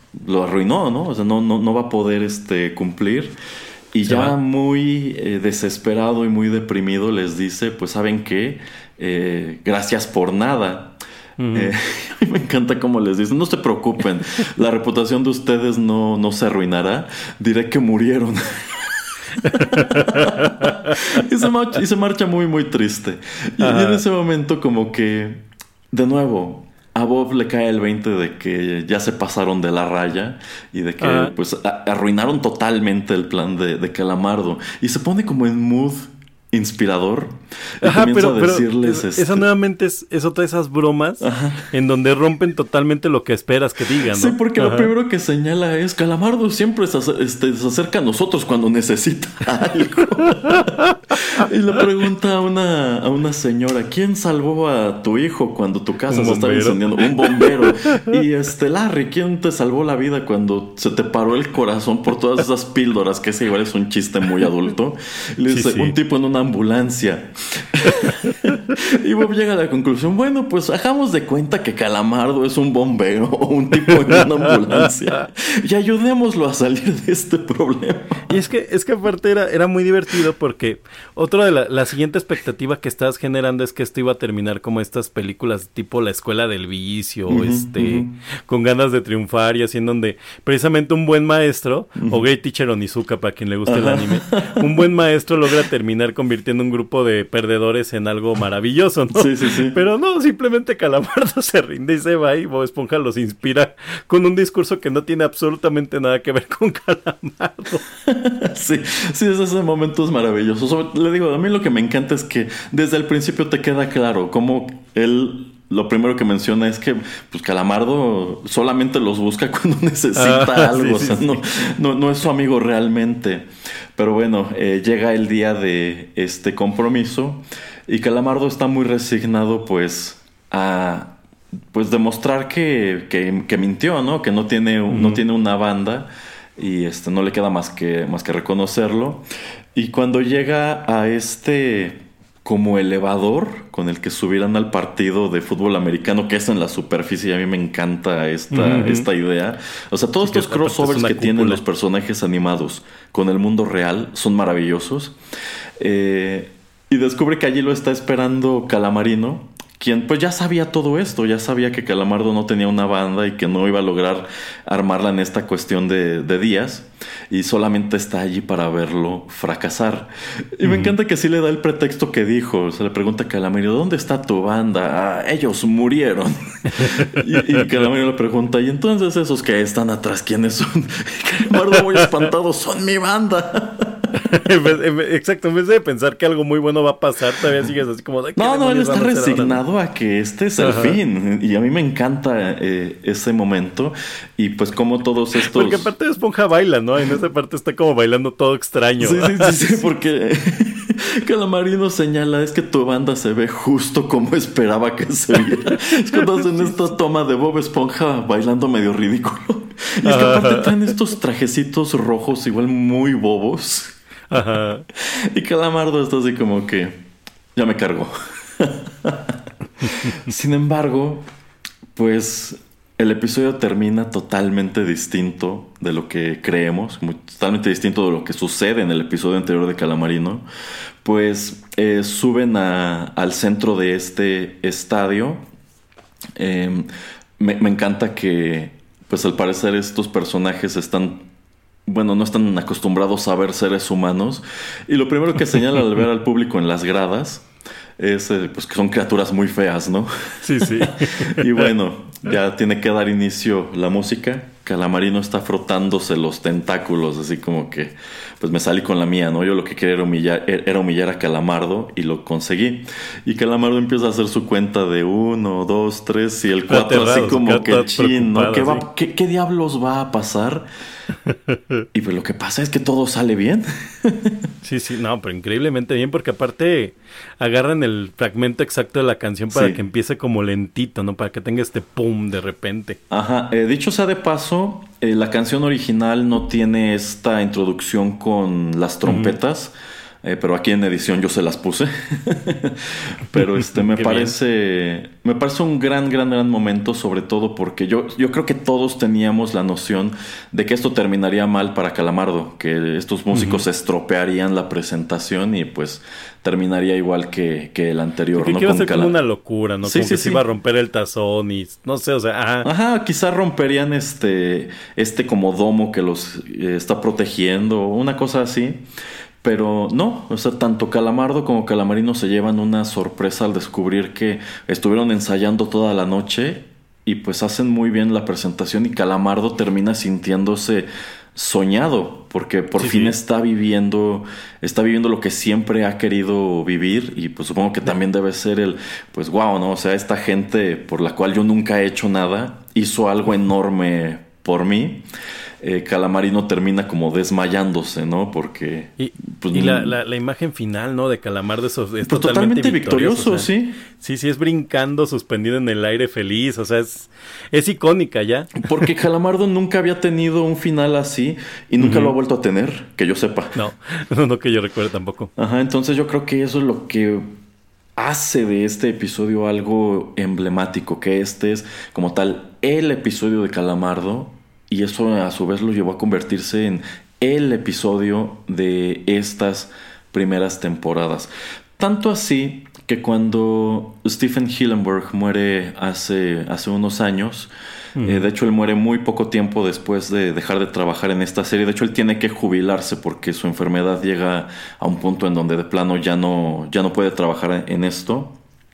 lo arruinó, ¿no? O sea, no va a poder cumplir. Y Se ya va. muy desesperado y muy deprimido les dice, pues ¿saben qué? Gracias por nada. A mí me encanta cómo les dicen, no se preocupen, la reputación de ustedes no se arruinará, diré que murieron. Y se marcha muy muy triste. Y en ese momento como que, de nuevo, a Bob le cae el 20 de que ya se pasaron de la raya y de que pues arruinaron totalmente el plan de Calamardo. Y se pone como en mood inspirador y comienza a decirles esa nuevamente es otra de esas bromas en donde rompen totalmente lo que esperas que digan, ¿no? Sí, porque lo primero que señala es Calamardo siempre se acerca a nosotros cuando necesita algo. Y le pregunta a una señora, ¿quién salvó a tu hijo cuando tu casa se estaba incendiando? Un bombero. Y Larry, ¿quién te salvó la vida cuando se te paró el corazón por todas esas píldoras? Que ese igual es un chiste muy adulto. Y le dice, un tipo en una ambulancia. Y Bob llega a la conclusión, bueno, pues hagamos de cuenta que Calamardo es un bombero o un tipo en una ambulancia y ayudémoslo a salir de este problema. Y es que aparte era muy divertido porque otra de la siguiente expectativa que estabas generando es que esto iba a terminar como estas películas tipo La Escuela del Vicio, con ganas de triunfar y así en donde precisamente un buen maestro, o Great Teacher Onizuka para quien le guste el anime, un buen maestro logra terminar convirtiendo un grupo de perdedores en algo maravilloso, ¿no? Sí, sí, sí. Pero no, simplemente Calamardo se rinde y se va y Bob Esponja los inspira con un discurso que no tiene absolutamente nada que ver con Calamardo. Sí, ese momento es maravilloso. Le digo, a mí lo que me encanta es que desde el principio te queda claro cómo él lo primero que menciona es que pues Calamardo solamente los busca cuando necesita algo. Sí, o sea, no es su amigo realmente. Pero bueno, llega el día de este compromiso y Calamardo está muy resignado pues a pues demostrar que mintió, ¿no? Que no tiene una banda y no le queda más que reconocerlo. Y cuando llega a como elevador con el que subirán al partido de fútbol americano, que es en la superficie, y a mí me encanta esta idea. O sea, todos estos crossovers que tienen los personajes animados con el mundo real son maravillosos. Y descubre que allí lo está esperando Calamarino, quien pues ya sabía todo esto, ya sabía que Calamardo no tenía una banda y que no iba a lograr armarla en esta cuestión de días, y solamente está allí para verlo fracasar. Y me encanta que sí le da el pretexto que dijo. Se le pregunta a Calamarino, ¿dónde está tu banda? Ellos murieron. y Calamarino le pregunta, ¿y entonces esos que están atrás quiénes son? Y Calamardo muy espantado, son mi banda. Exacto, en vez de pensar que algo muy bueno va a pasar, todavía sigues así como de, no, él está resignado a que este es el fin. Y a mí me encanta ese momento. Y pues como todos estos... Porque aparte de Esponja baila, ¿no? En esa parte está como bailando todo extraño. Sí, porque Calamarino señala, es que tu banda se ve justo como esperaba que se viera. Es cuando hacen esta toma de Bob Esponja bailando medio ridículo. Y es que aparte traen estos trajecitos rojos igual muy bobos. Ajá. Y Calamardo está así como que ya me cargó. Sin embargo, pues el episodio termina totalmente distinto de lo que creemos, totalmente distinto de lo que sucede en el episodio anterior de Calamarino. Pues suben al centro de este estadio. Me encanta que pues al parecer estos personajes no están acostumbrados a ver seres humanos. Y lo primero que señala al ver al público en las gradas es pues que son criaturas muy feas, ¿no? Sí. Y bueno, ya tiene que dar inicio la música. Calamarino está frotándose los tentáculos, así como que pues me salí con la mía, ¿no? Yo lo que quería era humillar a Calamardo y lo conseguí. Y Calamardo empieza a hacer su cuenta de 1, 2, 3 y el 4, así como que chin, ¿no? ¿Qué diablos va a pasar? Y pues lo que pasa es que todo sale bien. Sí, no, pero increíblemente bien, porque aparte agarran el fragmento exacto de la canción para que empiece como lentito, ¿no? Para que tenga este pum de repente. Ajá, dicho sea de paso, la canción original no tiene esta introducción con las trompetas. pero aquí en edición yo se las puse. Pero me Qué parece un gran momento, sobre todo porque yo creo que todos teníamos la noción de que esto terminaría mal para Calamardo, que estos músicos estropearían la presentación y pues terminaría igual que el anterior, Que ¿no? iba a ser como una locura, ¿no? Sí, Como sí, que se sí. iba a romper el tazón y no sé, o sea, Ajá, quizás romperían este como domo que los está protegiendo, una cosa así. Pero no, o sea, tanto Calamardo como Calamarino se llevan una sorpresa al descubrir que estuvieron ensayando toda la noche y pues hacen muy bien la presentación y Calamardo termina sintiéndose soñado porque por fin está viviendo lo que siempre ha querido vivir y pues supongo que también debe ser pues wow, ¿no? O sea, esta gente por la cual yo nunca he hecho nada hizo algo enorme por mí. Calamarino termina como desmayándose, ¿no? Porque... Y la imagen final, ¿no? De Calamardo es pues totalmente victorioso, o sea, sí. Sí, es brincando, suspendido en el aire feliz, o sea, es icónica ya. Porque Calamardo nunca había tenido un final así y nunca lo ha vuelto a tener, que yo sepa. No que yo recuerde tampoco. Ajá, entonces yo creo que eso es lo que hace de este episodio algo emblemático, que este es como tal el episodio de Calamardo. Y eso a su vez lo llevó a convertirse en el episodio de estas primeras temporadas. Tanto así que cuando Stephen Hillenburg muere hace unos años, de hecho él muere muy poco tiempo después de dejar de trabajar en esta serie. De hecho él tiene que jubilarse porque su enfermedad llega a un punto en donde de plano ya no puede trabajar en esto.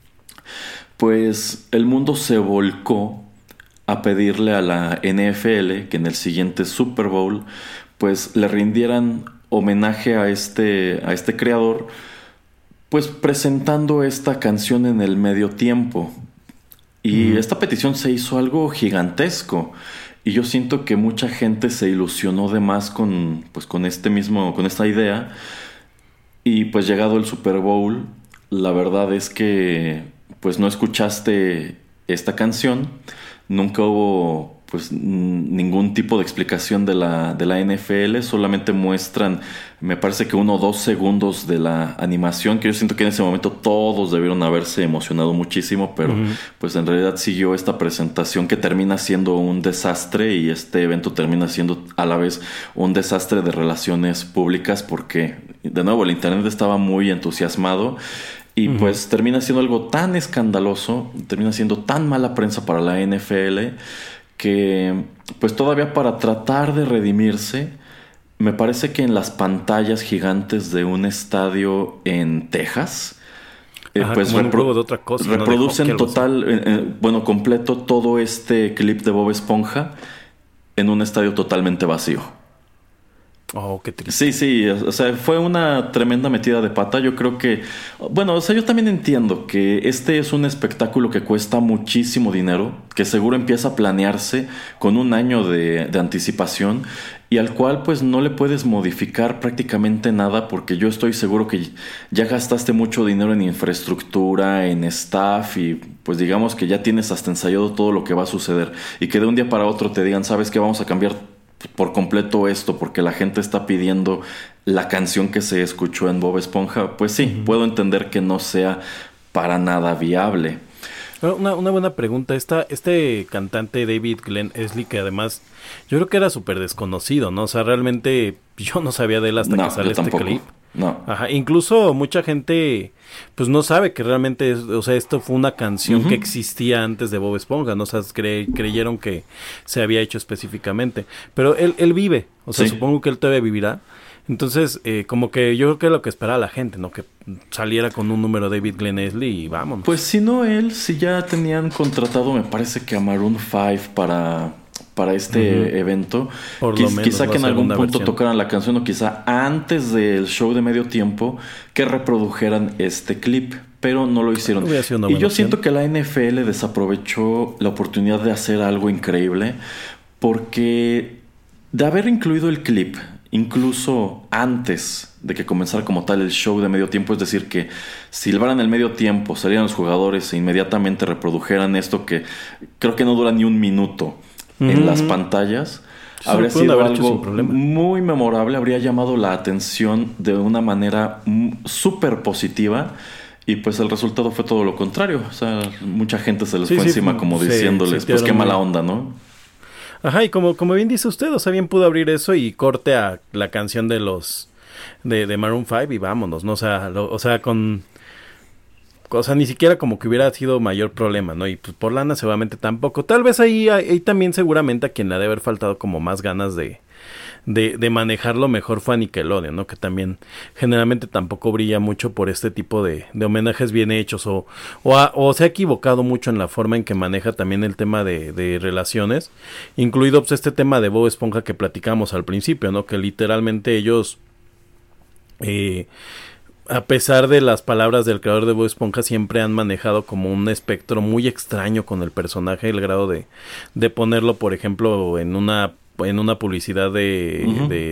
Pues el mundo se volcó a pedirle a la NFL que en el siguiente Super Bowl pues le rindieran homenaje a este creador, pues presentando esta canción en el medio tiempo. Y esta petición se hizo algo gigantesco y yo siento que mucha gente se ilusionó de más con esta idea. Y pues llegado el Super Bowl, la verdad es que pues no escuchaste esta canción. Nunca hubo pues ningún tipo de explicación de la NFL, solamente muestran, me parece que 1 o 2 segundos de la animación, que yo siento que en ese momento todos debieron haberse emocionado muchísimo, pero pues en realidad siguió esta presentación que termina siendo un desastre y este evento termina siendo a la vez un desastre de relaciones públicas porque, de nuevo, el internet estaba muy entusiasmado. Y pues termina siendo algo tan escandaloso, termina siendo tan mala prensa para la NFL que pues todavía para tratar de redimirse, me parece que en las pantallas gigantes de un estadio en Texas, pues reproducen completo todo este clip de Bob Esponja en un estadio totalmente vacío. Oh, qué triste. Sí, o sea, fue una tremenda metida de pata. Yo creo que, bueno, o sea, yo también entiendo que este es un espectáculo que cuesta muchísimo dinero, que seguro empieza a planearse con 1 año de anticipación y al cual pues no le puedes modificar prácticamente nada porque yo estoy seguro que ya gastaste mucho dinero en infraestructura, en staff y pues digamos que ya tienes hasta ensayado todo lo que va a suceder y que de un día para otro te digan, ¿sabes qué? Vamos a cambiar por completo esto porque la gente está pidiendo la canción que se escuchó en Bob Esponja. Pues sí, puedo entender que no sea para nada viable. Una buena pregunta. Este cantante David Glenn Eisley, que además yo creo que era súper desconocido, ¿no? O sea, realmente yo no sabía de él hasta que sale este clip. No. Ajá, incluso mucha gente pues no sabe que realmente o sea, esto fue una canción que existía antes de Bob Esponja, ¿no? O sea, creyeron que se había hecho específicamente. Pero él vive, o sea, supongo que él todavía vivirá. Entonces, como que yo creo que es lo que esperaba la gente, ¿no? Que saliera con un número David Glenn Eisley y vámonos. Pues si no él, si ya tenían contratado, me parece que a Maroon 5 para este evento. Por lo menos quizá que en algún punto tocaran la canción o quizá antes del show de medio tiempo que reprodujeran este clip. Pero no lo hicieron. Y yo siento que la NFL desaprovechó la oportunidad de hacer algo increíble porque de haber incluido el clip incluso antes de que comenzara como tal el show de medio tiempo, es decir, que silbaran el medio tiempo, salieran los jugadores e inmediatamente reprodujeran esto que creo que no dura ni 1 minuto en las pantallas, habría Pueden sido haber hecho sin algo problema. muy memorable, habría llamado la atención de una manera súper positiva. Y pues el resultado fue todo lo contrario. O sea, mucha gente se les Sí, fue sí, encima como se diciéndoles, pues qué sintieron mala muy- onda, ¿no? Ajá, y como bien dice usted, o sea, bien pudo abrir eso y corte a la canción de los de Maroon 5 y vámonos, ¿no? O sea, o sea, ni siquiera como que hubiera sido mayor problema, ¿no? Y pues por lana seguramente tampoco. Tal vez ahí también seguramente a quien le ha de haber faltado como más ganas de manejarlo mejor fue a Nickelodeon, ¿no? Que también generalmente tampoco brilla mucho por este tipo de homenajes bien hechos o se ha equivocado mucho en la forma en que maneja también el tema de relaciones, incluido pues este tema de Bob Esponja que platicamos al principio, ¿no? Que literalmente ellos a pesar de las palabras del creador de Bob Esponja, siempre han manejado como un espectro muy extraño con el personaje, el grado de ponerlo, por ejemplo, en una publicidad de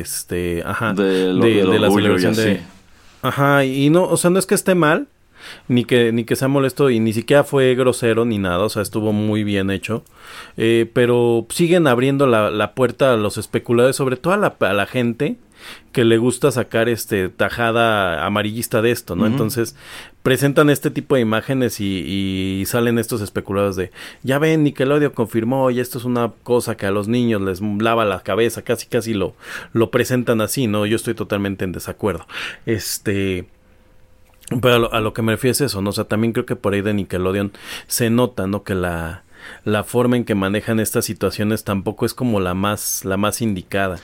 Del la orgullo y celebración así. de ajá, y no, o sea, no es que esté mal, ni que sea molesto, y ni siquiera fue grosero ni nada, o sea, estuvo muy bien hecho, pero siguen abriendo la puerta a los especuladores, sobre todo a la gente que le gusta sacar tajada amarillista de esto, ¿no? Entonces presentan este tipo de imágenes y salen estos especuladores de ya ven, Nickelodeon confirmó y esto es una cosa que a los niños les lava la cabeza, casi lo presentan así, ¿no? Yo estoy totalmente en desacuerdo. Pero a lo que me refiero es eso, ¿no? O sea, también creo que por ahí de Nickelodeon se nota, ¿no? Que la forma en que manejan estas situaciones tampoco es como la más indicada.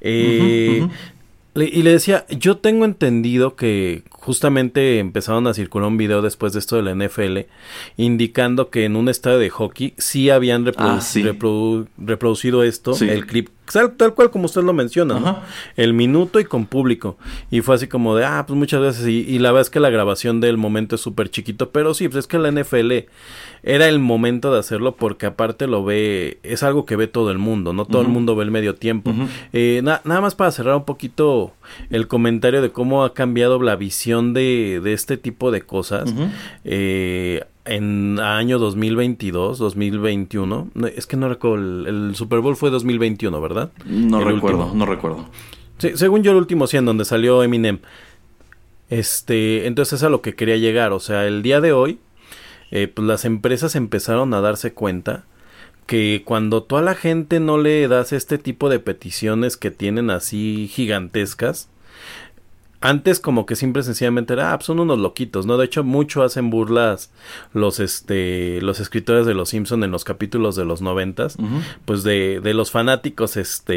Y le decía, yo tengo entendido que justamente empezaron a circular un video después de esto de la NFL indicando que en un estadio de hockey sí habían reproducido esto, Sí. el clip, tal cual como usted lo menciona, ¿no? Ajá. El minuto y con público. Y fue así como de, pues muchas gracias. Y la verdad es que la grabación del momento es súper chiquito, pero sí, pues es que la NFL era el momento de hacerlo porque aparte es algo que ve todo el mundo, no todo el mundo ve el medio tiempo. Nada más para cerrar un poquito el comentario de cómo ha cambiado la visión de este tipo de cosas. En año 2022, 2021, es que no recuerdo, el Super Bowl fue 2021, ¿verdad? No El recuerdo, último. no recuerdo. Sí, según yo el último sí, en donde salió Eminem. Entonces es a lo que quería llegar, o sea, el día de hoy pues las empresas empezaron a darse cuenta que cuando tú a la gente no le das este tipo de peticiones que tienen así gigantescas, antes como que simple y sencillamente era, pues son unos loquitos, ¿no? De hecho, mucho hacen burlas los escritores de Los Simpson en los capítulos de los 90s, pues de los fanáticos,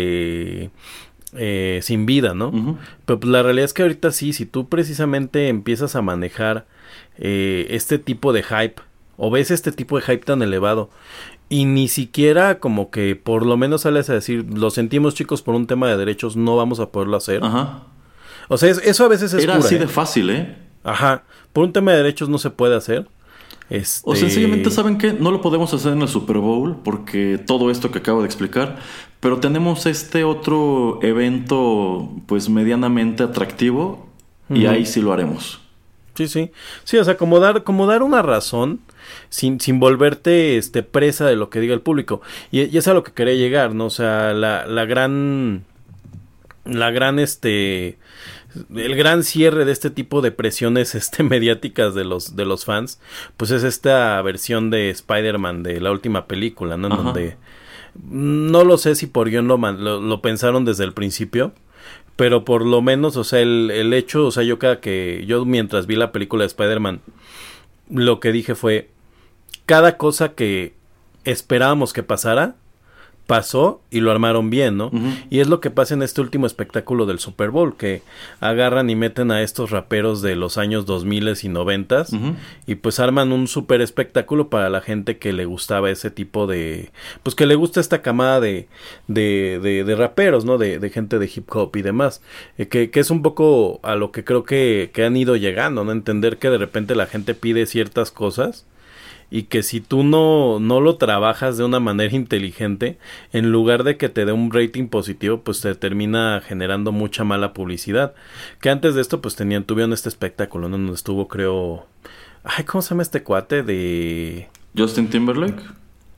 sin vida, ¿no? Pero pues la realidad es que ahorita sí, si tú precisamente empiezas a manejar este tipo de hype, o ves este tipo de hype tan elevado, y ni siquiera como que por lo menos sales a decir, lo sentimos chicos por un tema de derechos, no vamos a poderlo hacer. Ajá. O sea, eso a veces es Era cura, así de fácil, ¿eh? Ajá, por un tema de derechos no se puede hacer. O sencillamente, ¿saben qué? No lo podemos hacer en el Super Bowl porque todo esto que acabo de explicar, pero tenemos este otro evento pues medianamente atractivo y ahí sí lo haremos. Sí, sí. Sí, o sea, como dar una razón sin volverte presa de lo que diga el público. Y es a lo que quería llegar, ¿no? O sea, el gran cierre de este tipo de presiones mediáticas de los fans, pues es esta versión de Spider-Man de la última película, ¿no? En donde no lo sé si por guión lo pensaron desde el principio, pero por lo menos, o sea, el hecho, o sea, yo mientras vi la película de Spider-Man, lo que dije fue, cada cosa que esperábamos que pasara, pasó y lo armaron bien, ¿no? Y es lo que pasa en este último espectáculo del Super Bowl, que agarran y meten a estos raperos de los años 2000 y 90 y pues arman un super espectáculo para la gente que le gustaba ese tipo de, pues que le gusta esta camada de raperos, ¿no? De gente de hip hop y demás, que es un poco a lo que creo que han ido llegando, ¿no? Entender que de repente la gente pide ciertas cosas y que si tú no lo trabajas de una manera inteligente, en lugar de que te dé un rating positivo, pues te termina generando mucha mala publicidad. Que antes de esto, pues tuvieron este espectáculo, ¿no? Donde estuvo, creo... ¿Cómo se llama este cuate de...? ¿Justin Timberlake?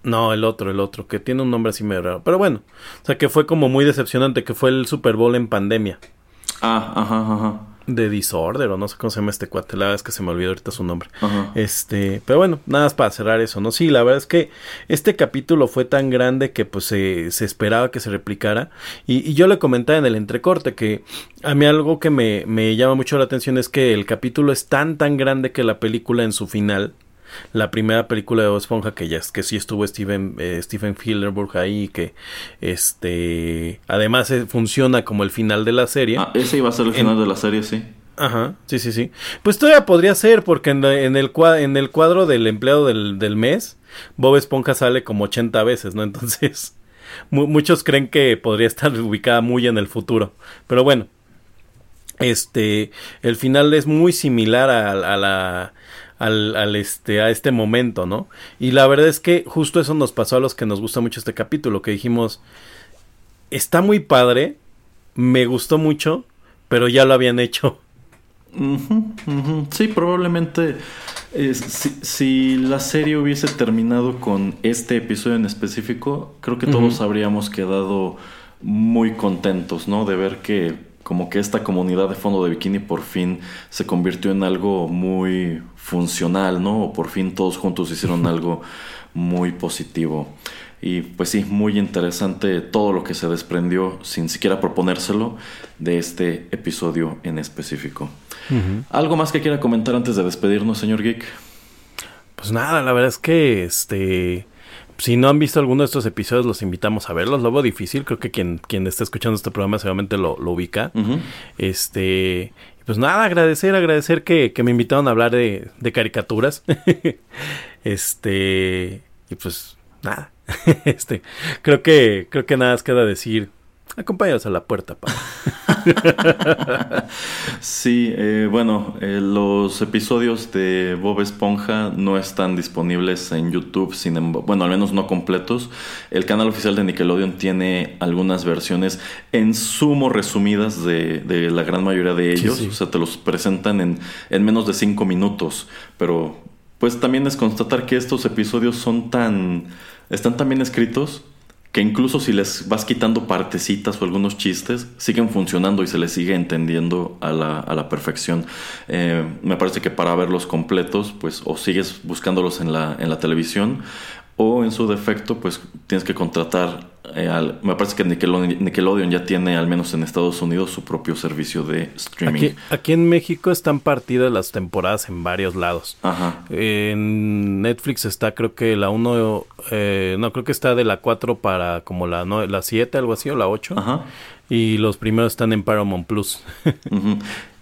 No, el otro, que tiene un nombre así medio raro. Pero bueno, o sea, que fue como muy decepcionante, que fue el Super Bowl en pandemia. Ajá. De Disorder, o no sé cómo se llama este cuate. La verdad es que se me olvidó ahorita su nombre. Ajá. Pero bueno, nada más para cerrar eso, ¿no? Sí, la verdad es que este capítulo fue tan grande que pues se esperaba que se replicara. Y yo le comentaba en el entrecorte que a mí algo que me llama mucho la atención es que el capítulo es tan grande que la película en su final, la primera película de Bob Esponja, que sí estuvo Steven Spielberg ahí, que además funciona como el final de la serie. Ese iba a ser el final de la serie, sí. Ajá, sí. Pues todavía podría ser, porque en el cuadro del empleado del mes, Bob Esponja sale como 80 veces, ¿no? Entonces, muchos creen que podría estar ubicada muy en el futuro. Pero bueno, el final es muy similar a este momento, ¿no? Y la verdad es que justo eso nos pasó a los que nos gusta mucho este capítulo, que dijimos, está muy padre, me gustó mucho, pero ya lo habían hecho. Sí, probablemente si la serie hubiese terminado con este episodio en específico, creo que todos habríamos quedado muy contentos, ¿no? De ver que como que esta comunidad de Fondo de Bikini por fin se convirtió en algo muy funcional, ¿no? O por fin todos juntos hicieron algo muy positivo. Y pues sí, muy interesante todo lo que se desprendió, sin siquiera proponérselo, de este episodio en específico. ¿Algo más que quiera comentar antes de despedirnos, señor Geek? Pues nada, la verdad es que si no han visto alguno de estos episodios, los invitamos a verlos. Lo veo difícil, creo que quien está escuchando este programa seguramente lo ubica. Pues nada, agradecer que me invitaron a hablar de caricaturas. Y pues nada. Creo que nada más queda decir, acompáñanos a la puerta, pa. Sí, los episodios de Bob Esponja no están disponibles en YouTube, al menos no completos. El canal oficial de Nickelodeon tiene algunas versiones en sumo resumidas de la gran mayoría de ellos. Sí. O sea, te los presentan en menos de 5 minutos. Pero pues también es constatar que estos episodios están tan bien escritos que incluso si les vas quitando partecitas o algunos chistes, siguen funcionando y se les sigue entendiendo a la perfección. Me parece que para verlos completos, pues o sigues buscándolos en la televisión, o en su defecto, pues tienes que contratar me parece que Nickelodeon ya tiene, al menos en Estados Unidos, su propio servicio de streaming. Aquí en México están partidas las temporadas en varios lados. Ajá. En Netflix está, creo que la 1, creo que está de la 4 para como la 7, algo así, o la 8. Ajá. Y los primeros están en Paramount Plus. Uh-huh.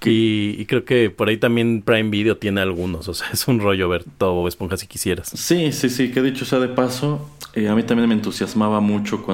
Y creo que por ahí también Prime Video tiene algunos. O sea, es un rollo ver todo Bob Esponja si quisieras. Sí, que dicho sea de paso, a mí también me entusiasmó mucho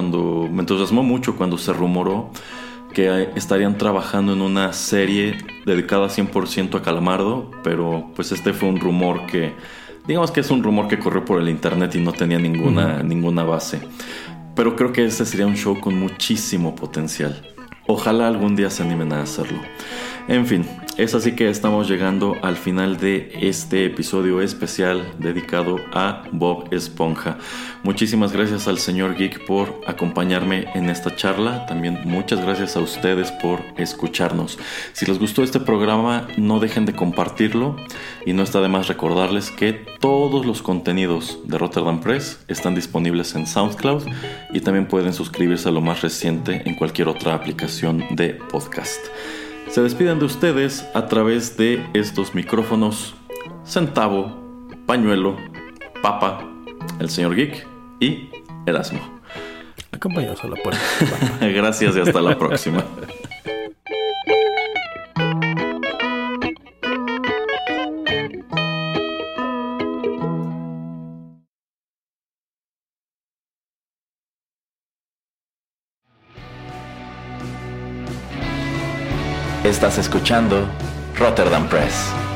cuando se rumoró que estarían trabajando en una serie dedicada 100% a Calamardo. Pero pues fue un rumor que, digamos que es un rumor que corrió por el internet y no tenía ninguna base. Pero creo que ese sería un show con muchísimo potencial. Ojalá algún día se animen a hacerlo. En fin, es así que estamos llegando al final de este episodio especial dedicado a Bob Esponja. Muchísimas gracias al señor Geek por acompañarme en esta charla. También muchas gracias a ustedes por escucharnos. Si les gustó este programa, no dejen de compartirlo. Y no está de más recordarles que todos los contenidos de Rotterdam Press están disponibles en SoundCloud. Y también pueden suscribirse a lo más reciente en cualquier otra aplicación de podcast. Se despiden de ustedes a través de estos micrófonos: Centavo, Pañuelo, Papa, el señor Geek y Erasmo. Acompáñanos a la puerta. Gracias y hasta la próxima. Estás escuchando Rotterdam Press.